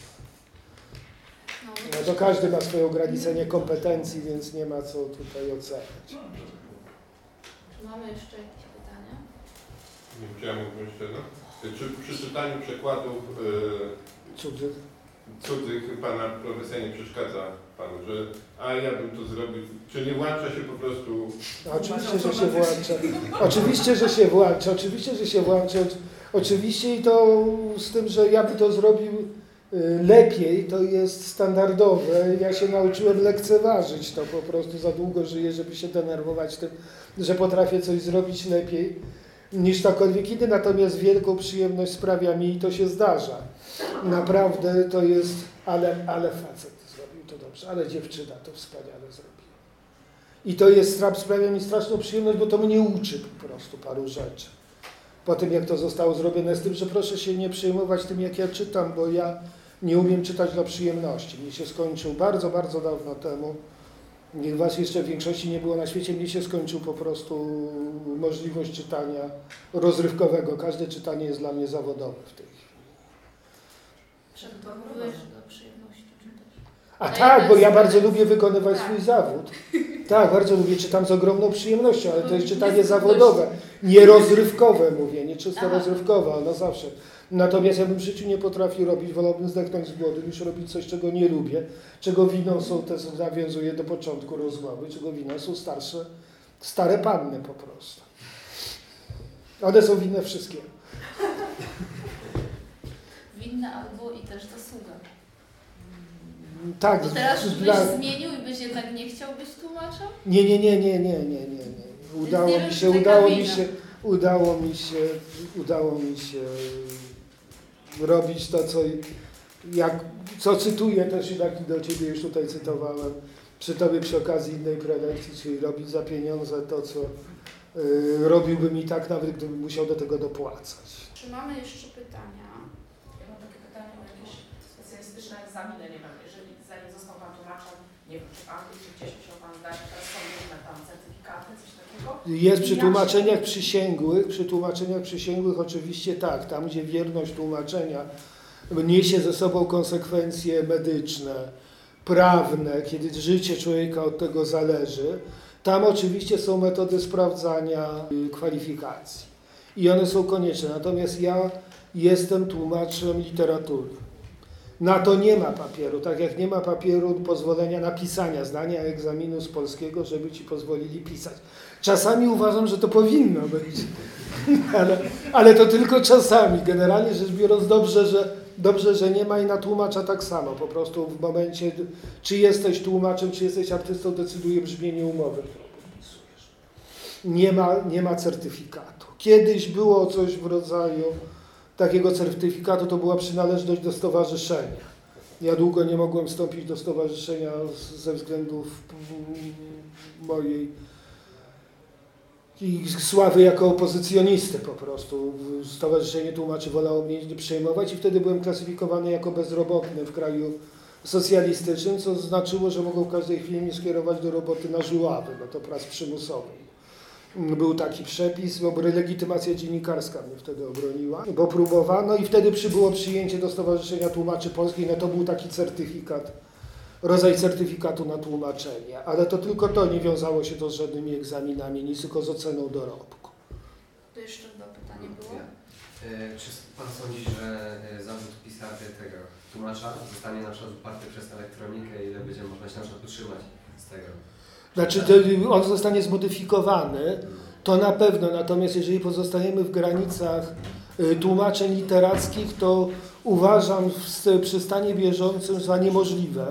No, No to każdy ma swoje ograniczenie kompetencji, więc nie ma co tutaj oceniać. Czy mamy jeszcze jakieś pytania? Nie wiem, czy ja mógłbym jeszcze, no? Czy przy czytaniu przekładów yy, Cudzych. cudzych Pana profesja nie przeszkadza Panu, że a ja bym to zrobił, czy nie włącza się po prostu... No, oczywiście, że się włącza. Oczywiście, że się włącza. Oczywiście, że się włącza. Oczywiście i to z tym, że ja bym to zrobił lepiej, to jest standardowe. Ja się nauczyłem lekceważyć to po prostu. Za długo żyję, żeby się denerwować tym, że potrafię coś zrobić lepiej niż ktokolwiek inny. Natomiast wielką przyjemność sprawia mi i to się zdarza. Naprawdę to jest, ale, ale facet zrobił to dobrze, ale dziewczyna to wspaniale zrobiła. I to jest, sprawia mi straszną przyjemność, bo to mnie uczy po prostu paru rzeczy. Po tym, jak to zostało zrobione, z tym, że proszę się nie przejmować tym, jak ja czytam, bo ja nie umiem czytać dla przyjemności. Mnie się skończył bardzo, bardzo dawno temu. Niech was jeszcze w większości nie było na świecie, mnie się skończył po prostu możliwość czytania rozrywkowego. Każde czytanie jest dla mnie zawodowe w tej chwili. Przygotowujesz do przyjemności czy też? A No i tak, to bo jest ja bardzo prezes. lubię wykonywać Tak. swój zawód. Tak, bardzo lubię, czytam z ogromną przyjemnością, ale to jest czytanie Jest zawodowe, nie rozrywkowe mówię, nie czysto Aha. rozrywkowe, ale na zawsze. Natomiast ja bym w życiu nie potrafił robić, wolałbym zdechnąć z głodu, niż robić coś, czego nie lubię, czego winą są, te nawiązuję do początku rozmowy, czego winą są starsze, stare panny po prostu. One są winne wszystkiego. Winne albo i też zasługa. Tak, Bo teraz już byś dla- zmienił i byś jednak nie chciał być tłumaczem? Nie, nie, nie, nie, nie, nie, nie, nie. Udało nie mi wiem, się, czy taka udało mi wina. się, udało mi się, udało mi się robić to, co, jak, co cytuję też i tak do Ciebie już tutaj cytowałem, przy Tobie przy okazji innej prelekcji, czyli robić za pieniądze to, co y, robiłbym i tak, nawet gdybym musiał do tego dopłacać. Czy mamy jeszcze pytania? Ja mam takie pytanie o jakieś specjalistyczne egzaminy, nie wiem, jeżeli zanim został Pan tłumaczem, nie wiem, czy Pan czy gdzieś musiał Pan zdać, teraz są różne tam certyfikaty, coś takiego. Jest przy I jak tłumaczeniach się- przysięgłych, przy tłumaczeniach przysięgłych oczywiście tak, tam gdzie wierność tłumaczenia niesie ze sobą konsekwencje medyczne, prawne, kiedy życie człowieka od tego zależy, tam oczywiście są metody sprawdzania y, kwalifikacji i one są konieczne. Natomiast ja jestem tłumaczem literatury. Na to nie ma papieru, tak jak nie ma papieru pozwolenia na pisania, zdania egzaminu z polskiego, żeby ci pozwolili pisać. Czasami uważam, że to powinno być, ale, ale to tylko czasami. Generalnie rzecz biorąc dobrze, że, dobrze, że nie ma i na tłumacza tak samo. Po prostu w momencie, czy jesteś tłumaczem, czy jesteś artystą, decyduje brzmienie umowy, którą podpisujesz. Nie ma, nie ma certyfikatu. Kiedyś było coś w rodzaju takiego certyfikatu, to była przynależność do stowarzyszenia. Ja długo nie mogłem wstąpić do stowarzyszenia z- ze względów mm, mojej i sławy jako opozycjonisty po prostu. Stowarzyszenie Tłumaczy wolało mnie nie przejmować i wtedy byłem klasyfikowany jako bezrobotny w kraju socjalistycznym, co znaczyło, że mogą w każdej chwili mnie skierować do roboty na żuławy, no to prac przymusowej. Był taki przepis, bo legitymacja dziennikarska mnie wtedy obroniła, bo próbowano i wtedy przybyło przyjęcie do Stowarzyszenia Tłumaczy Polskich, no to był taki certyfikat, rodzaj certyfikatu na tłumaczenie, ale to tylko to, nie wiązało się to z żadnymi egzaminami, nic, tylko z oceną dorobku. To jeszcze dwa pytania było. E, Czy Pan sądzi, że e, zawód pisarza tego tłumacza zostanie na przykład uparty przez elektronikę i ile będzie można się na przykład utrzymać z tego? Znaczy, to on zostanie zmodyfikowany, to na pewno, natomiast jeżeli pozostajemy w granicach y, tłumaczeń literackich, to uważam w, przy stanie bieżącym za niemożliwe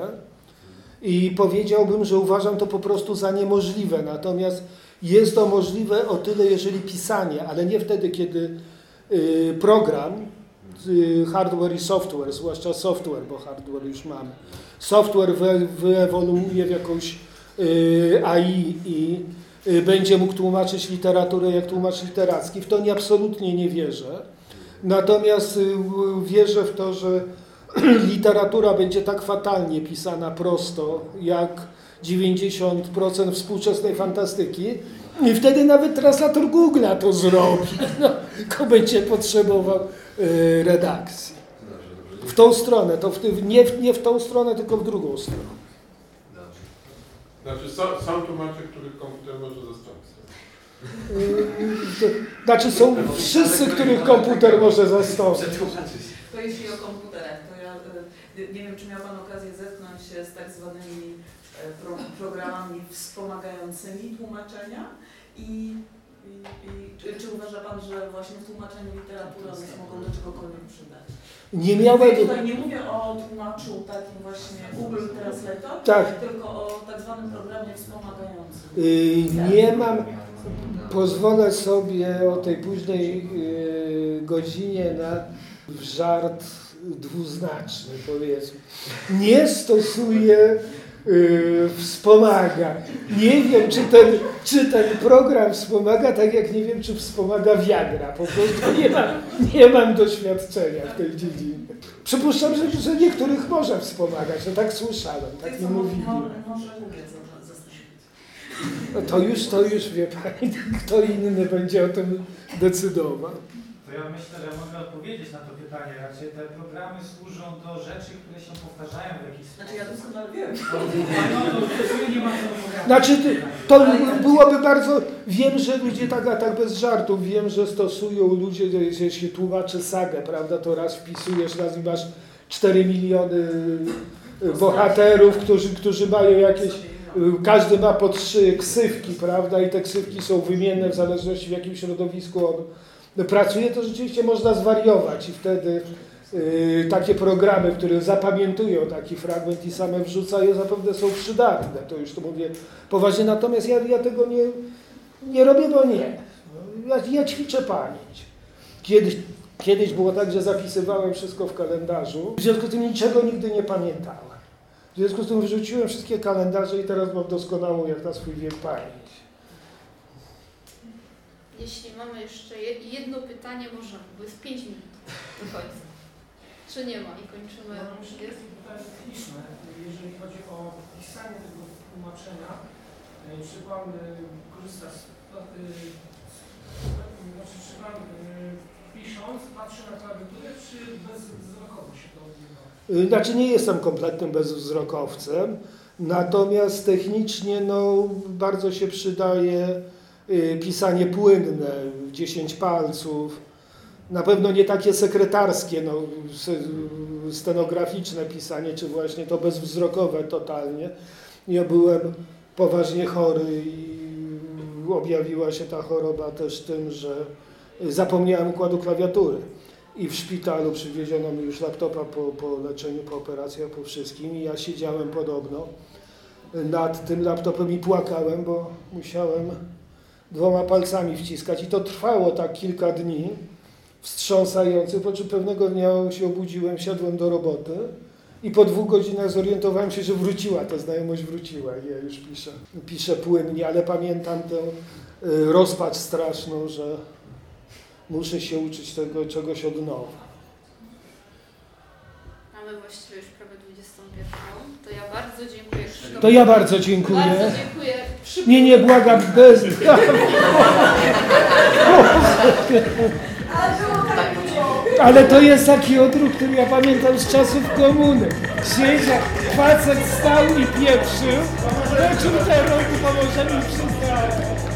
i powiedziałbym, że uważam to po prostu za niemożliwe, natomiast jest to możliwe o tyle, jeżeli pisanie, ale nie wtedy, kiedy y, program, y, hardware i software, zwłaszcza software, bo hardware już mamy, software wy, wyewoluuje w jakąś A I i będzie mógł tłumaczyć literaturę jak tłumacz literacki. W to nie, absolutnie nie wierzę. Natomiast wierzę w to, że literatura będzie tak fatalnie pisana prosto, jak dziewięćdziesiąt procent współczesnej fantastyki i wtedy nawet translator Google'a to zrobi. No, tylko będzie potrzebował y, redakcji. W tą stronę, to w, nie, w, nie w tą stronę, tylko w drugą stronę. Znaczy są, są tłumacze, których komputer może zastąpić. Yy, Znaczy są wszyscy, których komputer może zastąpić. To jeśli o komputerach, to ja y, nie wiem, czy miał Pan okazję zetknąć się z tak zwanymi y, pro, programami wspomagającymi tłumaczenia i, i, i czy, czy uważa Pan, że właśnie w tłumaczeniu literatury one się mogą do czegokolwiek przydać? Nie miałem... Tutaj nie mówię o tłumaczu takim właśnie Google Translator, Tak. tylko o tak zwanym programie wspomagającym. Yy, nie mam... Pozwolę sobie o tej późnej yy, godzinie na żart dwuznaczny, powiedzmy. Nie stosuję yy, wspomaga. Nie wiem, czy ten, czy ten program wspomaga, tak jak nie wiem, czy wspomaga Viagra. Po prostu nie mam, nie mam doświadczenia w tej dziedzinie. Przypuszczam, że, że niektórych może wspomagać, no tak słyszałem, tak Tych, mi co mówili. mo- może Google za- zastąpić. No to już, to już wie pani, kto inny będzie o tym decydował. To To ja myślę, że mogę odpowiedzieć na to pytanie. Raczej te programy służą do rzeczy, które się powtarzają w jakiś sposób. Znaczy ja doskonale wiem. No to w sumie nie ma co mówić. Znaczy, to byłoby bardzo, wiem, że ludzie tak, a tak bez żartów, wiem, że stosują ludzie, jeśli tłumaczy sagę, prawda, to raz wpisujesz, raz i masz cztery miliony bohaterów, którzy, którzy mają jakieś, każdy ma po trzy ksywki, prawda, i te ksywki są wymienne w zależności w jakim środowisku on pracuje, to rzeczywiście można zwariować i wtedy y, takie programy, które zapamiętują taki fragment i same wrzucają, zapewne są przydatne, to już to mówię poważnie, natomiast ja, ja tego nie, nie robię, bo nie. Ja, ja ćwiczę pamięć. Kiedyś, kiedyś było tak, że zapisywałem wszystko w kalendarzu, w związku z tym niczego nigdy nie pamiętałem. W związku z tym wyrzuciłem wszystkie kalendarze i teraz mam doskonałą, jak na swój wiek, pamięć. Jeśli mamy jeszcze je- jedno pytanie, możemy, bo jest pięć minut do końca. Czy nie ma i kończymy? Ja mam jeszcze jedno pytanie techniczne. Jeżeli chodzi o pisanie tego tłumaczenia, y, czy Pan y, korzysta z, y, z znaczy, czy Pan y, pisząc patrzy na klawiaturę, czy bezwzrokowo się to odbywa? Znaczy nie jestem kompletnym bezwzrokowcem, natomiast technicznie no, bardzo się przydaje y, pisanie płynne, dziesięć palców, na pewno nie takie sekretarskie, no, stenograficzne pisanie, czy właśnie to bezwzrokowe totalnie. Ja byłem poważnie chory i objawiła się ta choroba też tym, że zapomniałem układu klawiatury. I w szpitalu przywieziono mi już laptopa po, po leczeniu, po operacjach, po wszystkim i ja siedziałem podobno nad tym laptopem i płakałem, bo musiałem dwoma palcami wciskać i to trwało tak kilka dni, wstrząsające, po czym pewnego dnia się obudziłem, siadłem do roboty i po dwóch godzinach zorientowałem się, że wróciła, ta znajomość wróciła i ja już piszę, piszę płynnie, ale pamiętam tę rozpacz straszną, że muszę się uczyć tego czegoś od nowa. Mamy właściwie już prawie dwudziestą pierwszą. To ja bardzo dziękuję Krzysztofowi. To ja bardzo dziękuję. Bardzo dziękuję. Nie, nie, błagam, bez... Ale to jest taki odruch, który ja pamiętam z czasów komuny. Siedział, facet stał i pieprzył, po czym te rogi pomoże mi przyznać.